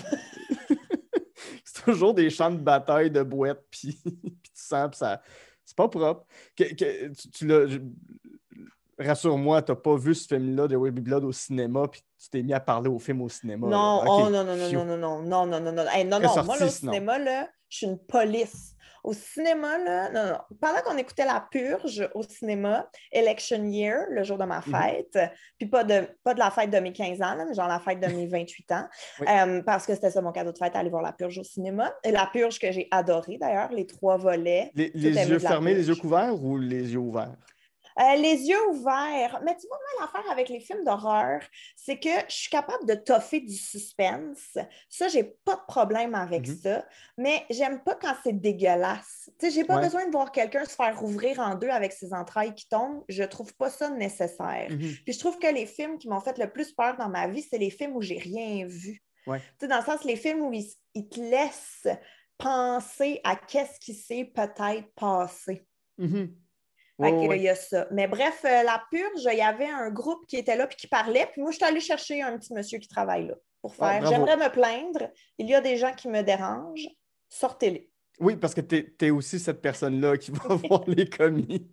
c'est toujours des champs de bataille de boîtes, puis tu sens, puis ça... C'est pas propre. Que, que, tu, tu l'as... Rassure-moi, t'as pas vu ce film-là de Will Be Blood au cinéma, puis tu t'es mis à parler au film au cinéma. Non, okay. oh non, non, non, non, non, non, non, non, non, non, hey, non, non, sorti, moi, là, au sinon. cinéma, là, je suis une police. Au cinéma, là, non, non. Pendant qu'on écoutait La Purge au cinéma, Election Year, le jour de ma fête, mm-hmm. puis pas de, pas de la fête de mes quinze ans, là, mais genre la fête de mes vingt-huit ans, oui. euh, parce que c'était ça mon cadeau de fête, aller voir La Purge au cinéma. Et La Purge que j'ai adorée, d'ailleurs, les trois volets. Les, les yeux fermés, les yeux couverts ou les yeux ouverts? Euh, les yeux ouverts. Mais tu vois, moi, l'affaire avec les films d'horreur, c'est que je suis capable de toffer du suspense. Ça, j'ai pas de problème avec mm-hmm. ça. Mais j'aime pas quand c'est dégueulasse. Tu sais, j'ai pas ouais. besoin de voir quelqu'un se faire ouvrir en deux avec ses entrailles qui tombent. Je trouve pas ça nécessaire. Mm-hmm. Puis je trouve que les films qui m'ont fait le plus peur dans ma vie, c'est les films où j'ai rien vu. Ouais. Tu sais, dans le sens, les films où ils, ils te laissent penser à qu'est-ce qui s'est peut-être passé. Mm-hmm. Fait oh, qu'il oui. y a ça. Mais bref, euh, La Purge, il y avait un groupe qui était là puis qui parlait. Puis moi, je suis allée chercher un petit monsieur qui travaille là pour faire. Ah, j'aimerais me plaindre. Il y a des gens qui me dérangent. Sortez-les. Oui, parce que tu es aussi cette personne-là qui va voir les commis.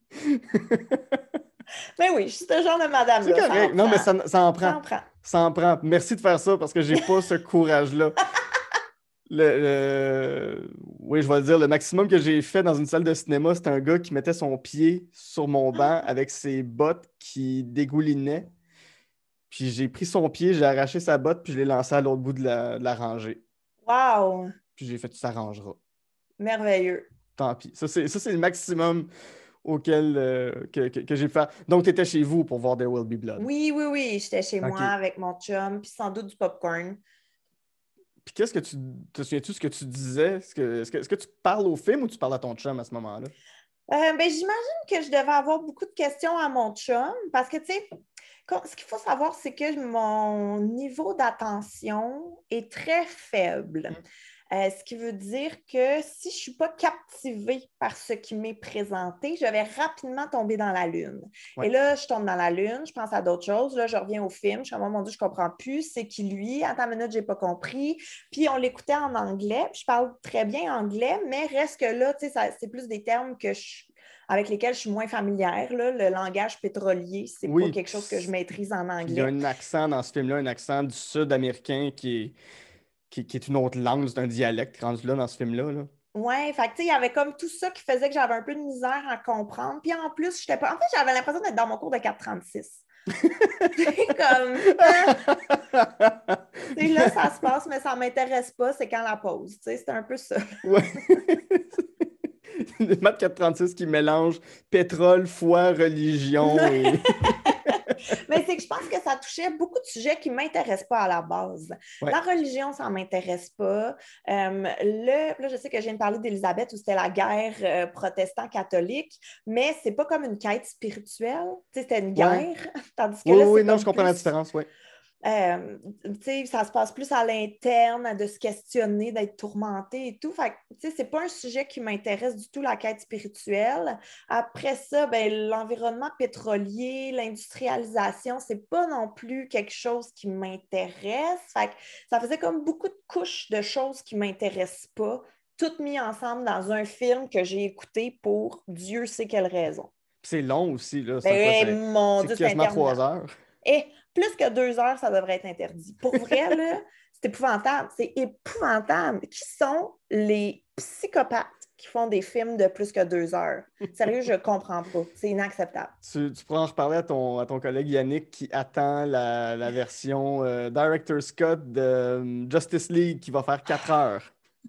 Mais oui, je suis ce genre de madame-là. C'est correct. Non, mais ça, ça en prend. Ça en prend. Ça en prend. Merci de faire ça parce que j'ai pas ce courage-là. Le, le... Oui, je vais le dire, le maximum que j'ai fait dans une salle de cinéma, c'était un gars qui mettait son pied sur mon banc avec ses bottes qui dégoulinaient. Puis j'ai pris son pied, j'ai arraché sa botte, puis je l'ai lancé à l'autre bout de la, de la rangée. Wow! Puis j'ai fait « tu s'arrangeras ». Merveilleux. Tant pis. Ça, c'est, ça, c'est le maximum auquel euh, que, que, que j'ai pu faire. Donc, tu étais chez vous pour voir There Will Be Blood. Oui, oui, oui. J'étais chez okay. moi avec mon chum, puis sans doute du popcorn. Puis qu'est-ce que tu... Te souviens-tu ce que tu disais? Est-ce que, est-ce que, est-ce que tu parles au film ou tu parles à ton chum à ce moment-là? Euh, ben, j'imagine que je devais avoir beaucoup de questions à mon chum parce que, tu sais, ce qu'il faut savoir, c'est que mon niveau d'attention est très faible. Mm. Euh, ce qui veut dire que si je ne suis pas captivée par ce qui m'est présenté, je vais rapidement tomber dans la lune. Ouais. Et là, je tombe dans la lune, je pense à d'autres choses. Là, je reviens au film, je suis comme, oh mon Dieu, je ne comprends plus. C'est qui lui? Attends une minute, je n'ai pas compris. Puis on l'écoutait en anglais. Puis je parle très bien anglais, mais reste que là, tu sais, ça, c'est plus des termes que je... avec lesquels je suis moins familière. Là. Le langage pétrolier, c'est oui, pas quelque chose que je maîtrise en anglais. Il y a un accent dans ce film-là, un accent du sud-américain qui est... Qui, qui est une autre langue, c'est un dialecte rendu là dans ce film-là. Là. Oui, fait que tu sais, il y avait comme tout ça qui faisait que j'avais un peu de misère à comprendre. Puis en plus, j'étais pas. En fait, j'avais l'impression d'être dans mon cours de quatre trente-six. C'est comme. Tu sais, là, ça se passe, mais ça m'intéresse pas, c'est quand la pause. Tu sais, c'est un peu ça. Ouais. Le maths quatre trente-six qui mélange pétrole, foi, religion et. Mais c'est que je pense que ça touchait beaucoup de sujets qui ne m'intéressent pas à la base. Ouais. La religion, ça ne m'intéresse pas. Euh, le, là, je sais que je viens de parler d'Élisabeth où c'était la guerre euh, protestant-catholique, mais c'est pas comme une quête spirituelle. Tu sais, c'était une guerre. Ouais. Tandis que Oui, là, oui, c'est non, comme je comprends plus... la différence, oui. Euh, tu sais, ça se passe plus à l'interne, de se questionner, d'être tourmenté et tout. Fait que, tu sais, c'est pas un sujet qui m'intéresse du tout, la quête spirituelle. Après ça, ben, l'environnement pétrolier, l'industrialisation, c'est pas non plus quelque chose qui m'intéresse. Fait que ça faisait comme beaucoup de couches de choses qui m'intéressent pas, toutes mises ensemble dans un film que j'ai écouté pour Dieu sait quelle raison. C'est long aussi, là. C'est quoi? Ben, C'est mon c'est Dieu, c'est quasiment trois interminable. heures. Et plus que deux heures, ça devrait être interdit. Pour vrai, là, c'est épouvantable. C'est épouvantable. Qui sont les psychopathes qui font des films de plus que deux heures? Sérieux, je comprends pas. C'est inacceptable. Tu, tu pourras en reparler à ton, à ton collègue Yannick qui attend la, la version euh, Director Scott de euh, Justice League qui va faire quatre heures.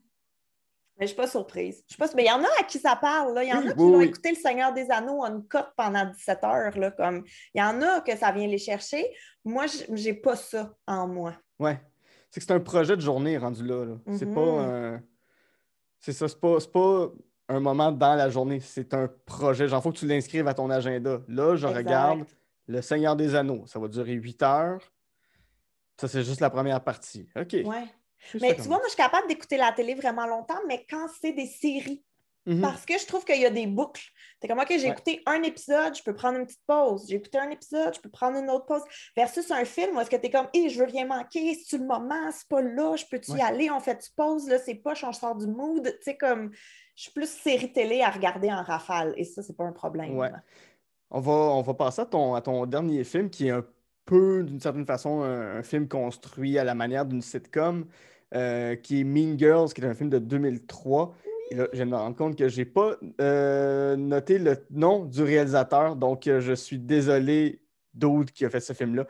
Mais je suis pas surprise. Je suis pas... Mais il y en a à qui ça parle. Là. Il y en Oui, a qui oui, l'ont oui. écouté Le Seigneur des Anneaux en cote pendant dix-sept heures. Là, comme... Il y en a que ça vient les chercher. Moi, j'ai pas ça en moi. Ouais. C'est que c'est un projet de journée rendu là. là. Mm-hmm. C'est pas un... C'est ça, c'est pas, c'est pas un moment dans la journée. C'est un projet. Genre, faut que tu l'inscrives à ton agenda. Là, je Exact. regarde Le Seigneur des Anneaux. Ça va durer huit heures. Ça, c'est juste la première partie. OK. Ouais. Puis Mais ça tu commence. vois, moi, je suis capable d'écouter la télé vraiment longtemps, mais quand c'est des séries, Mhm. parce que je trouve qu'il y a des boucles. T'es comme, OK, j'ai Ouais. écouté un épisode, je peux prendre une petite pause. J'ai écouté un épisode, je peux prendre une autre pause. Versus un film où est-ce que t'es comme, hé, je veux rien manquer, c'est-tu le moment, c'est pas là, je peux-tu Ouais. y aller, on fait-tu pause, là, c'est pas, on sort du mood. Tu sais, comme, je suis plus série télé à regarder en rafale, et ça, c'est pas un problème. Ouais. On va, on va passer à ton, à ton dernier film qui est un peu, d'une certaine façon, un, un film construit à la manière d'une sitcom, euh, qui est Mean Girls, qui est un film de deux mille trois. Et là, je viens de me rendre compte que j'ai pas euh, noté le nom du réalisateur, donc euh, je suis désolé, Dude, qui a fait ce film-là.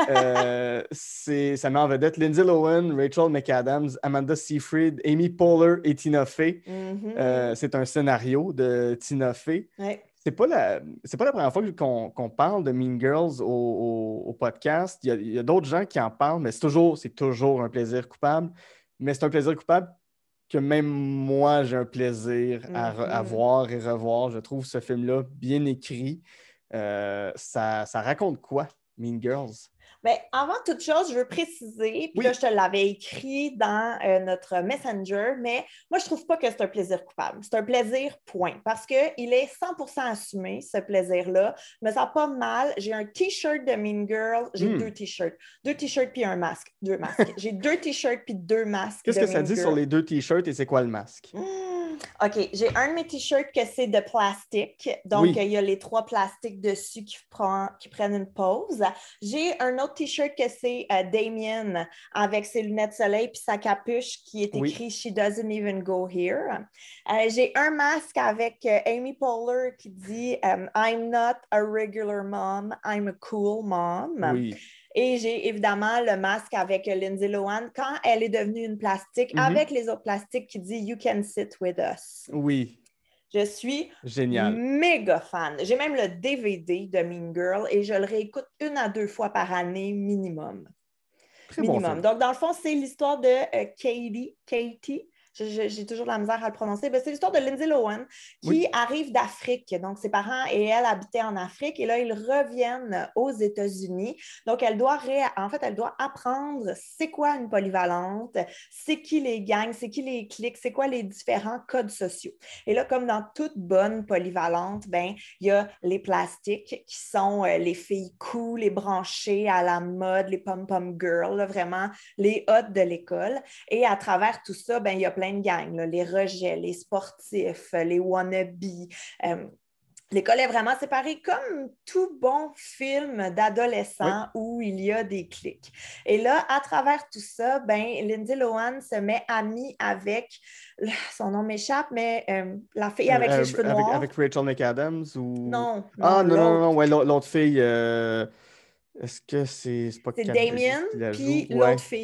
Euh, c'est, ça met en vedette Lindsay Lohan, Rachel McAdams, Amanda Seyfried, Amy Poehler et Tina Fey. Mm-hmm. Euh, c'est un scénario de Tina Fey. Ouais. C'est pas la, c'est pas la première fois qu'on, qu'on parle de Mean Girls au, au- au podcast. Il y a, il y a d'autres gens qui en parlent, mais c'est toujours, c'est toujours un plaisir coupable. Mais c'est un plaisir coupable que même moi, j'ai un plaisir à, re- à Mm-hmm. voir et revoir. Je trouve ce film-là bien écrit. Euh, ça, ça raconte quoi, Mean Girls? Bien, avant toute chose, je veux préciser, puis Oui. là, je te l'avais écrit dans euh, notre Messenger, mais moi, je trouve pas que c'est un plaisir coupable. C'est un plaisir, point. Parce qu'il est cent pour cent assumé, ce plaisir-là. Je me sens pas mal. J'ai un T-shirt de Mean Girl. J'ai Hmm. deux T-shirts. Deux T-shirts puis un masque. Deux masques. J'ai deux T-shirts puis deux masques Qu'est-ce de que ça Mean dit Girl. sur les deux T-shirts et c'est quoi le masque? Mmh. OK, j'ai un de mes T-shirts que c'est de plastique. Donc, Oui. il y a les trois plastiques dessus qui, prend, qui prennent une pause. J'ai un autre T-shirt que c'est euh, Damien avec ses lunettes de soleil puis sa capuche qui est Oui. écrit « She doesn't even go here ». Euh, j'ai un masque avec euh, Amy Poehler qui dit um, « I'm not a regular mom, I'm a cool mom ». Oui. Et j'ai évidemment le masque avec Lindsay Lohan quand elle est devenue une plastique, Mhm. avec les autres plastiques qui dit « You can sit with us ». Oui. Je suis Génial. méga fan. J'ai même le D V D de Mean Girl et je le réécoute une à deux fois par année minimum. Très minimum. bon film. Donc, dans le fond, c'est l'histoire de euh, Katie, Katie. Je, je, j'ai toujours de la misère à le prononcer. Ben, c'est l'histoire de Lindsay Lohan qui Oui. arrive d'Afrique. Donc, ses parents et elle habitaient en Afrique et là, ils reviennent aux États-Unis. Donc, elle doit, ré... en fait, elle doit apprendre c'est quoi une polyvalente, c'est qui les gangs, c'est qui les cliques, c'est quoi les différents codes sociaux. Et là, comme dans toute bonne polyvalente, ben, il y a les plastiques qui sont euh, les filles cool, les branchées à la mode, les pom-pom girls, là, vraiment les hot de l'école. Et à travers tout ça, ben, il y a plein de gangs, là, les rejets, les sportifs, les wannabes. Euh, l'école est vraiment séparée comme tout bon film d'adolescent oui. où il y a des clics. Et là, à travers tout ça, ben, Lindsay Lohan se met amie avec, son nom m'échappe, mais euh, la fille avec euh, les euh, cheveux avec, noirs. Avec Rachel McAdams ou... Non, non, Ah, non, non, non, l'autre. non, ouais, l'autre fille... Euh... Est-ce que c'est, c'est pas C'est Kat Damien, Dennings qui la puis joue? l'autre Ouais. fille.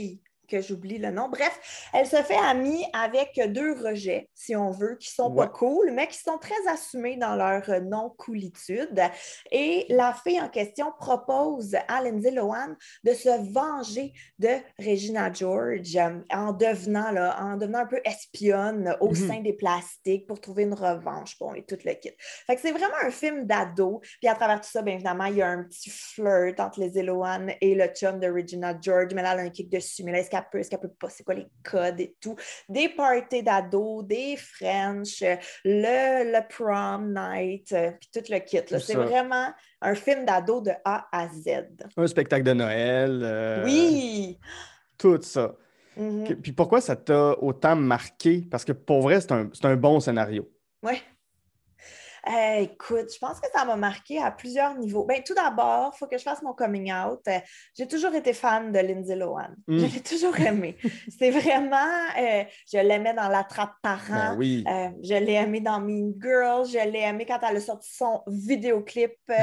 que j'oublie le nom. Bref, elle se fait amie avec deux rejets, si on veut, qui sont Ouais. pas cool, mais qui sont très assumés dans leur non-coolitude. Et la fille en question propose à Lindsay Lohan de se venger de Regina George euh, en devenant, là, en devenant un peu espionne au Mhm. sein des plastiques pour trouver une revanche, bon, et tout le kit. Fait que c'est vraiment un film d'ado. Puis à travers tout ça, bien évidemment, il y a un petit flirt entre Lindsay Lohan et le chum de Regina George, mais là, elle a un kick dessus, mais là, est-ce qu'elle peut, est-ce qu'elle peut pas, c'est quoi les codes et tout. Des parties d'ados, des French, le, le prom night, euh, puis tout le kit. Là. Tout C'est ça. vraiment un film d'ado de A à Z. Un spectacle de Noël, euh, Oui! tout ça. Mhm. Que- Puis pourquoi ça t'a autant marqué? Parce que pour vrai, c'est un, c'est un bon scénario. Ouais. Euh, écoute, je pense que ça m'a marqué à plusieurs niveaux. Ben, tout d'abord, il faut que je fasse mon coming out. Euh, j'ai toujours été fan de Lindsay Lohan. Mm. Je l'ai toujours aimée. C'est vraiment, euh, je l'aimais dans La Trappe Ben Parents, oui. euh, je l'ai aimée dans Mean Girls, je l'ai aimée quand elle a sorti son vidéoclip. Euh,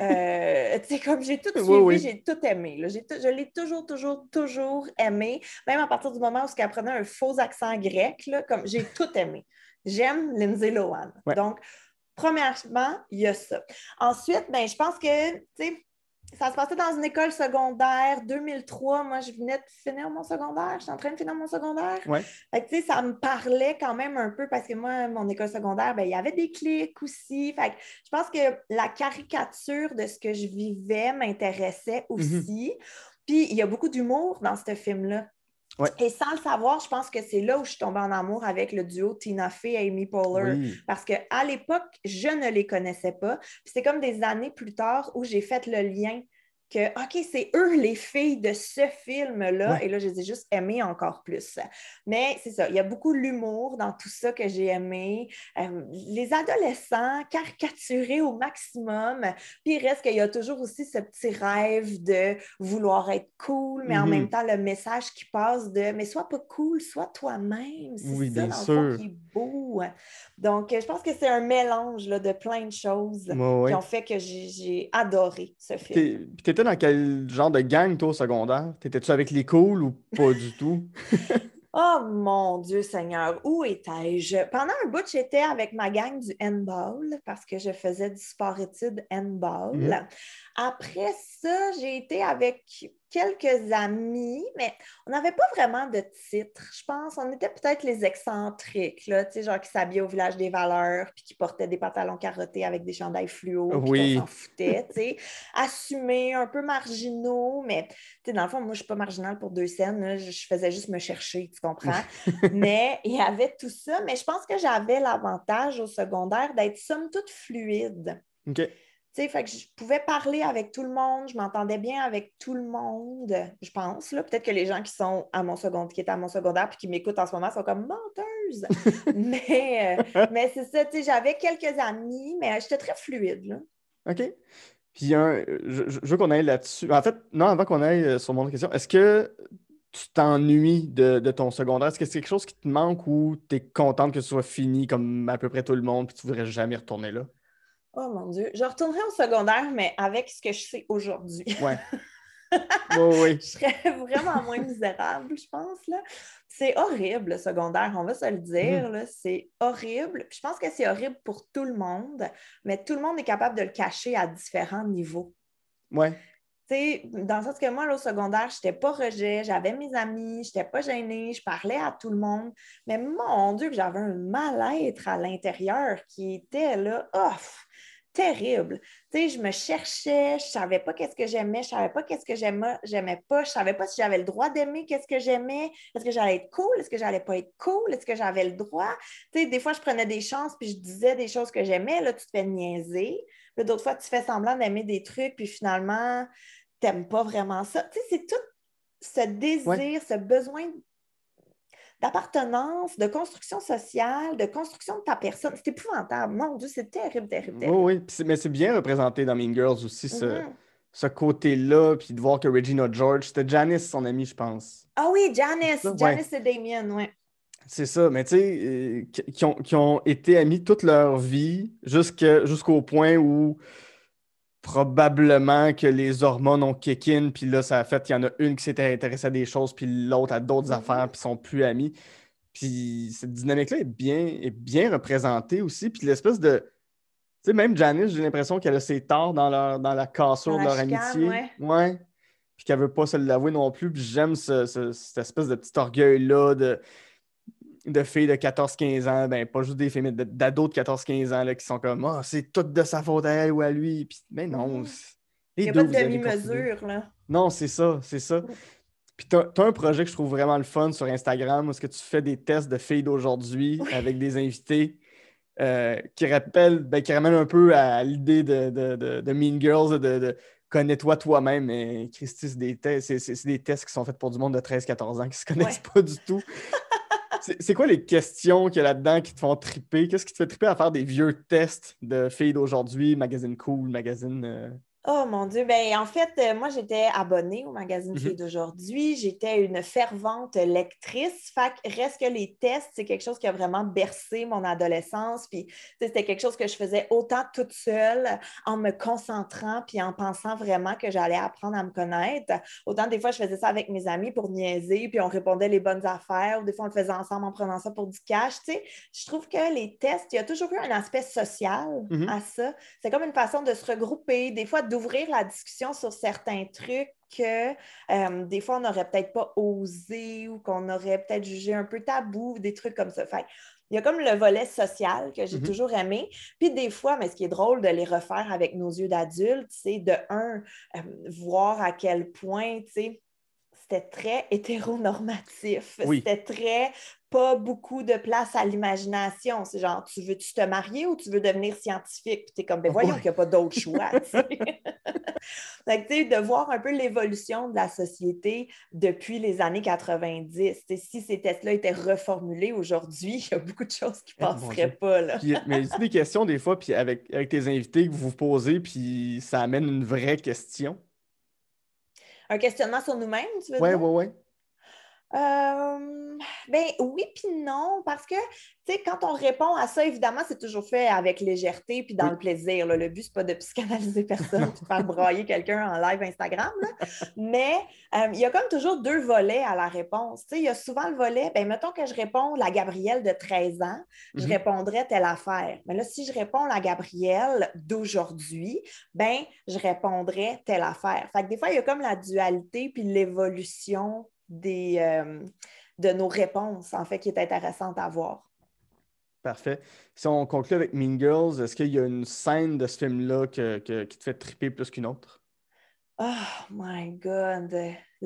euh, tu sais, comme j'ai tout Oui, suivi, oui. j'ai tout aimé. Là. J'ai tout- je l'ai toujours, toujours, toujours aimée. Même à partir du moment où elle prenait un faux accent grec, là, comme j'ai tout aimé. J'aime Lindsay Lohan. Ouais. Donc, premièrement, il y a ça. Ensuite, ben, je pense que, tu sais, ça se passait dans une école secondaire, deux mille trois. Moi, je venais de finir mon secondaire. J'étais en train de finir mon secondaire. Ouais. Fait que, tu sais, ça me parlait quand même un peu parce que moi, mon école secondaire, ben, il y avait des clics aussi. Fait que je pense que la caricature de ce que je vivais m'intéressait aussi. Puis, il y a beaucoup d'humour dans ce film-là. Ouais. Et sans le savoir, je pense que c'est là où je suis tombée en amour avec le duo Tina Fey et Amy Poehler. Oui. Parce qu'à l'époque, je ne les connaissais pas. Puis c'est comme des années plus tard où j'ai fait le lien que, OK, c'est eux les filles de ce film-là. Ouais. Et là, je les ai juste aimées encore plus. Mais c'est ça, il y a beaucoup d'humour dans tout ça que j'ai aimé. Euh, les adolescents caricaturés au maximum. Puis il reste qu'il y a toujours aussi ce petit rêve de vouloir être cool, mais en Mhm. même temps, le message qui passe de « mais sois pas cool, sois toi-même ». C'est Oui, ça, bien dans le sûr. fond, qui est beau. Donc, je pense que c'est un mélange là, de plein de choses Ouais, qui ouais. ont fait que j'ai, j'ai adoré ce film. T'es- Puis t'étais dans quel genre de gang, toi, au secondaire? T'étais-tu avec les cools ou pas du tout? Oh mon Dieu Seigneur, où étais-je? Pendant un bout, j'étais avec ma gang du handball parce que je faisais du sport-études handball. Mhm. Après ça, j'ai été avec quelques amis, mais on n'avait pas vraiment de titre, je pense. On était peut-être les excentriques, là, tu sais, genre qui s'habillaient au village des valeurs, puis qui portaient des pantalons carottés avec des chandails fluo, puis qu'on Oui. s'en foutait, tu sais. Assumés, un peu marginaux, mais tu sais, dans le fond, moi, je ne suis pas marginale pour deux scènes, là. Je, je faisais juste me chercher, tu comprends? Mais il y avait tout ça, mais je pense que j'avais l'avantage au secondaire d'être somme toute fluide. OK. Tu sais, fait que je pouvais parler avec tout le monde, je m'entendais bien avec tout le monde, je pense. Là. Peut-être que les gens qui sont à mon secondaire, qui étaient à mon secondaire puis qui m'écoutent en ce moment sont comme menteuse. mais euh, mais c'est ça, tu sais, j'avais quelques amis, mais euh, j'étais très fluide, là. OK. Puis un, je, je- je veux qu'on aille là-dessus. En fait, non, avant qu'on aille euh, sur mon autre question, est-ce que tu t'ennuies de, de ton secondaire? Est-ce que c'est quelque chose qui te manque ou tu es contente que ce soit fini comme à peu près tout le monde puis tu voudrais jamais retourner là? Oh mon Dieu, je retournerai au secondaire, mais avec ce que je sais aujourd'hui. Ouais. Oui, oui. Je serais vraiment moins misérable, je pense. Là. C'est horrible, le secondaire, on va se le dire. Mhm. Là. C'est horrible. Puis je pense que c'est horrible pour tout le monde, mais tout le monde est capable de le cacher à différents niveaux. Ouais. Tu sais, dans le sens que moi, là, au secondaire, je n'étais pas rejet, j'avais mes amis, je n'étais pas gênée, je parlais à tout le monde. Mais mon Dieu, que j'avais un mal-être à l'intérieur qui était là, oh, terrible. Tu sais, je me cherchais, je ne savais pas qu'est-ce que j'aimais, je ne savais pas qu'est-ce que j'aimais, j'aimais pas, je ne savais pas si j'avais le droit d'aimer qu'est-ce que j'aimais, est-ce que j'allais être cool, est-ce que j'allais pas être cool, est-ce que j'avais le droit. Tu sais, des fois, je prenais des chances puis je disais des choses que j'aimais, là, tu te fais niaiser. Là, d'autres fois, tu fais semblant d'aimer des trucs puis finalement, tu n'aimes pas vraiment ça. Tu sais, c'est tout ce désir, Ouais. ce besoin d'appartenance, de construction sociale, de construction de ta personne. C'est épouvantable. Mon Dieu, c'est terrible, terrible, Oui, terrible. oui. Puis c'est- mais c'est bien représenté dans Mean Girls aussi, ce, Mhm. ce côté-là, puis de voir que Regina George, c'était Janice, son amie, je pense. Ah oui, Janice. Ça, ouais. Janice et Damien, oui. C'est ça, mais tu sais, euh, qui, qui ont, qui ont été amis toute leur vie jusque- jusqu'au point où probablement que les hormones ont kick in, puis là, ça a fait qu'il y en a une qui s'était intéressée à des choses, puis l'autre à d'autres Mhm. affaires, puis ils sont plus amis. Puis cette dynamique-là est bien, est bien représentée aussi. Puis l'espèce de. Tu sais, même Janice, j'ai l'impression qu'elle a ses torts dans, leur, dans la cassure Dans de la leur chicane, amitié. ouais. Ouais. Puis qu'elle veut pas se l'avouer non plus. Puis j'aime ce, ce- cette espèce de petit orgueil-là de, de filles de quatorze quinze ans. Ben, pas juste des filles, mais de- d'ados de quatorze quinze ans là, qui sont comme Ah, c'est tout de sa faute à elle ou à lui. Puis, mais non. Mhm. c'est- Il Les n'y a deux, pas de vous avez contribué. demi-mesure, là. Non, c'est ça, c'est ça. Mm. Puis t'as, t'as un projet que je trouve vraiment le fun sur Instagram où est-ce que tu fais des tests de filles d'aujourd'hui Oui. avec des invités euh, qui rappellent, ben, qui ramènent un peu à l'idée de, de, de, de Mean Girls, de, de connais-toi toi-même. Mais Christy, c'est des tests, c'est, c'est- c'est des tests qui sont faits pour du monde de treize quatorze ans qui se connaissent Ouais. pas du tout. C'est, c'est quoi les questions qu'il y a là-dedans qui te font triper? Qu'est-ce qui te fait triper à faire des vieux tests de filles d'aujourd'hui, magazine cool, magazine. euh, Oh mon Dieu, ben en fait, euh, moi j'étais abonnée au magazine Filles Mhm. d'aujourd'hui, j'étais une fervente lectrice, fait que reste que les tests, c'est quelque chose qui a vraiment bercé mon adolescence, puis tu sais, c'était quelque chose que je faisais autant toute seule, en me concentrant, puis en pensant vraiment que j'allais apprendre à me connaître. Autant des fois, je faisais ça avec mes amis pour niaiser, puis on répondait les bonnes affaires, ou des fois on le faisait ensemble en prenant ça pour du cash, tu sais. Je trouve que les tests, il y a toujours eu un aspect social Mhm. à ça. C'est comme une façon de se regrouper, des fois d'ouvrir la discussion sur certains trucs que euh, des fois on n'aurait peut-être pas osé ou qu'on aurait peut-être jugé un peu tabou, des trucs comme ça. Fait, il y a comme le volet social que j'ai Mhm. toujours aimé. Puis des fois, mais ce qui est drôle de les refaire avec nos yeux d'adultes, c'est de un, euh, voir à quel point, tu sais, c'était très hétéronormatif. Oui. C'était très pas beaucoup de place à l'imagination. C'est genre, tu veux-tu te marier ou tu veux devenir scientifique? Puis t'es comme, ben voyons Ouais. qu'il n'y a pas d'autre choix. Tu sais. Fait que, tu sais, de voir un peu l'évolution de la société depuis les années quatre-vingt-dix. Tu sais, si ces tests-là étaient reformulés aujourd'hui, il y a beaucoup de choses qui Eh, ne mon passeraient Dieu. pas. Là. Puis, mais y a des questions des fois, puis avec, avec tes invités que vous vous posez, puis ça amène une vraie question? Un questionnement sur nous-mêmes, tu veux Ouais, dire? ouais, ouais. Euh, ben oui puis non, parce que, tu sais, quand on répond à ça, évidemment, c'est toujours fait avec légèreté puis dans Oui. le plaisir. Là. Le but, c'est pas de psychanalyser personne Non. puis de faire broyer quelqu'un en live Instagram, là. Mais euh, il y a comme toujours deux volets à la réponse. Tu sais, il y a souvent le volet, ben mettons que je réponds la Gabrielle de treize ans, je Mhm. répondrais telle affaire. Mais là, si je réponds la Gabrielle d'aujourd'hui, ben je répondrais telle affaire. Fait que des fois, il y a comme la dualité puis l'évolution des, euh, de nos réponses, en fait, qui est intéressante à voir. Parfait. Si on conclut avec Mean Girls, est-ce qu'il y a une scène de ce film-là que, que- qui te fait triper plus qu'une autre? Oh my God,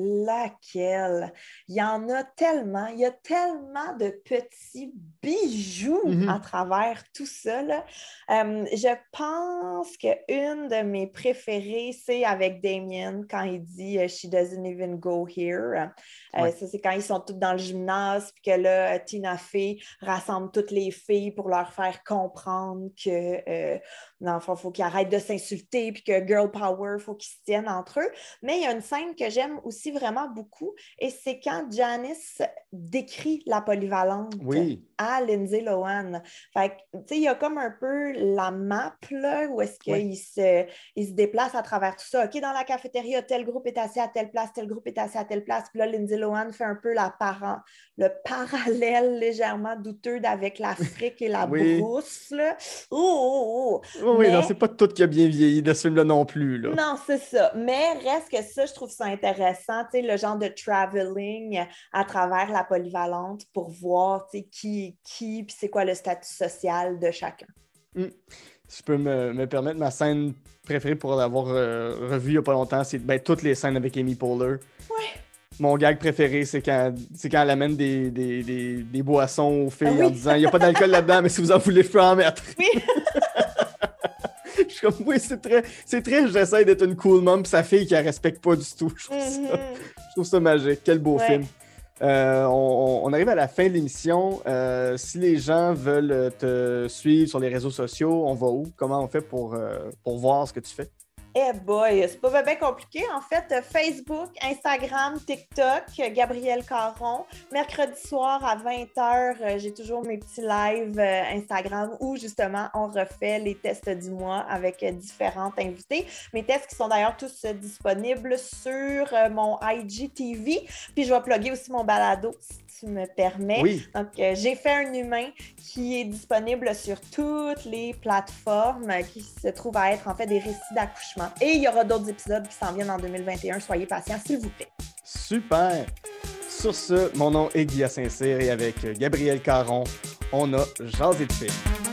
laquelle? Il y en a tellement, il y a tellement de petits bijoux Mhm. à travers tout ça. Là. Euh, je pense qu'une de mes préférées, c'est avec Damien quand il dit « She doesn't even go here euh, Ouais. ». Ça, c'est quand ils sont tous dans le gymnase, puis que là, Tina Fey rassemble toutes les filles pour leur faire comprendre que, euh, non, il faut qu'ils arrêtent de s'insulter, puis que girl power, il faut qu'ils se tiennent entre eux. Mais il y a une scène que j'aime aussi vraiment beaucoup, et c'est quand Janice décrit la polyvalente Oui. à Lindsay Lohan. Fait que, tu sais, il y a comme un peu la map, là, où est-ce Ouais. qu'il se, il se déplace à travers tout ça. OK, dans la cafétéria, tel groupe est assis à telle place, tel groupe est assis à telle place. Puis là, Lindsay Lohan fait un peu la parent, le parallèle légèrement douteux avec l'Afrique et la Oui. brousse, là. Oh, oh, oh. Oui, oui, non, Mais c'est pas tout qui a bien vieilli de ce film-là non plus, là. non, c'est ça. Mais reste que ça, je trouve ça intéressant, tu sais, le genre de traveling à travers la polyvalente pour voir, tu sais, qui est qui, puis c'est quoi le statut social de chacun. Mm. Si je peux me, me permettre, ma scène préférée pour l'avoir euh, revue il n'y a pas longtemps, c'est ben, toutes les scènes avec Amy Poehler. Ouais. Mon gag préféré, c'est quand, c'est quand elle amène des, des, des, des boissons aux filles Ah oui. en disant « Il n'y a pas d'alcool là-dedans, mais si vous en voulez, je peux en mettre. » Oui. Je suis comme, oui, c'est très, c'est très, j'essaie d'être une cool mom, pis sa fille qui la respecte pas du tout. Je trouve, Mm-hmm. ça, je trouve ça magique. Quel beau Ouais. film. Euh, on, on arrive à la fin de l'émission. Euh, si les gens veulent te suivre sur les réseaux sociaux, on va où? Comment on fait pour, euh, pour voir ce que tu fais? Eh boy, c'est pas bien compliqué. En fait, Facebook, Instagram, TikTok, Gabrielle Caron. Mercredi soir à vingt heures, j'ai toujours mes petits lives Instagram où justement on refait les tests du mois avec différentes invités. Mes tests qui sont d'ailleurs tous disponibles sur mon I G T V. Puis je vais plugger aussi mon balado si tu me permets. Oui. Donc, euh, j'ai fait un humain qui est disponible sur toutes les plateformes qui se trouvent à être en fait des récits d'accouchement. Et il y aura d'autres épisodes qui s'en viennent en deux mille vingt et un. Soyez patients, s'il vous plaît. Super! Sur ce, mon nom est Guilla Saint-Cyr et avec Gabrielle Caron, on a jasé de film.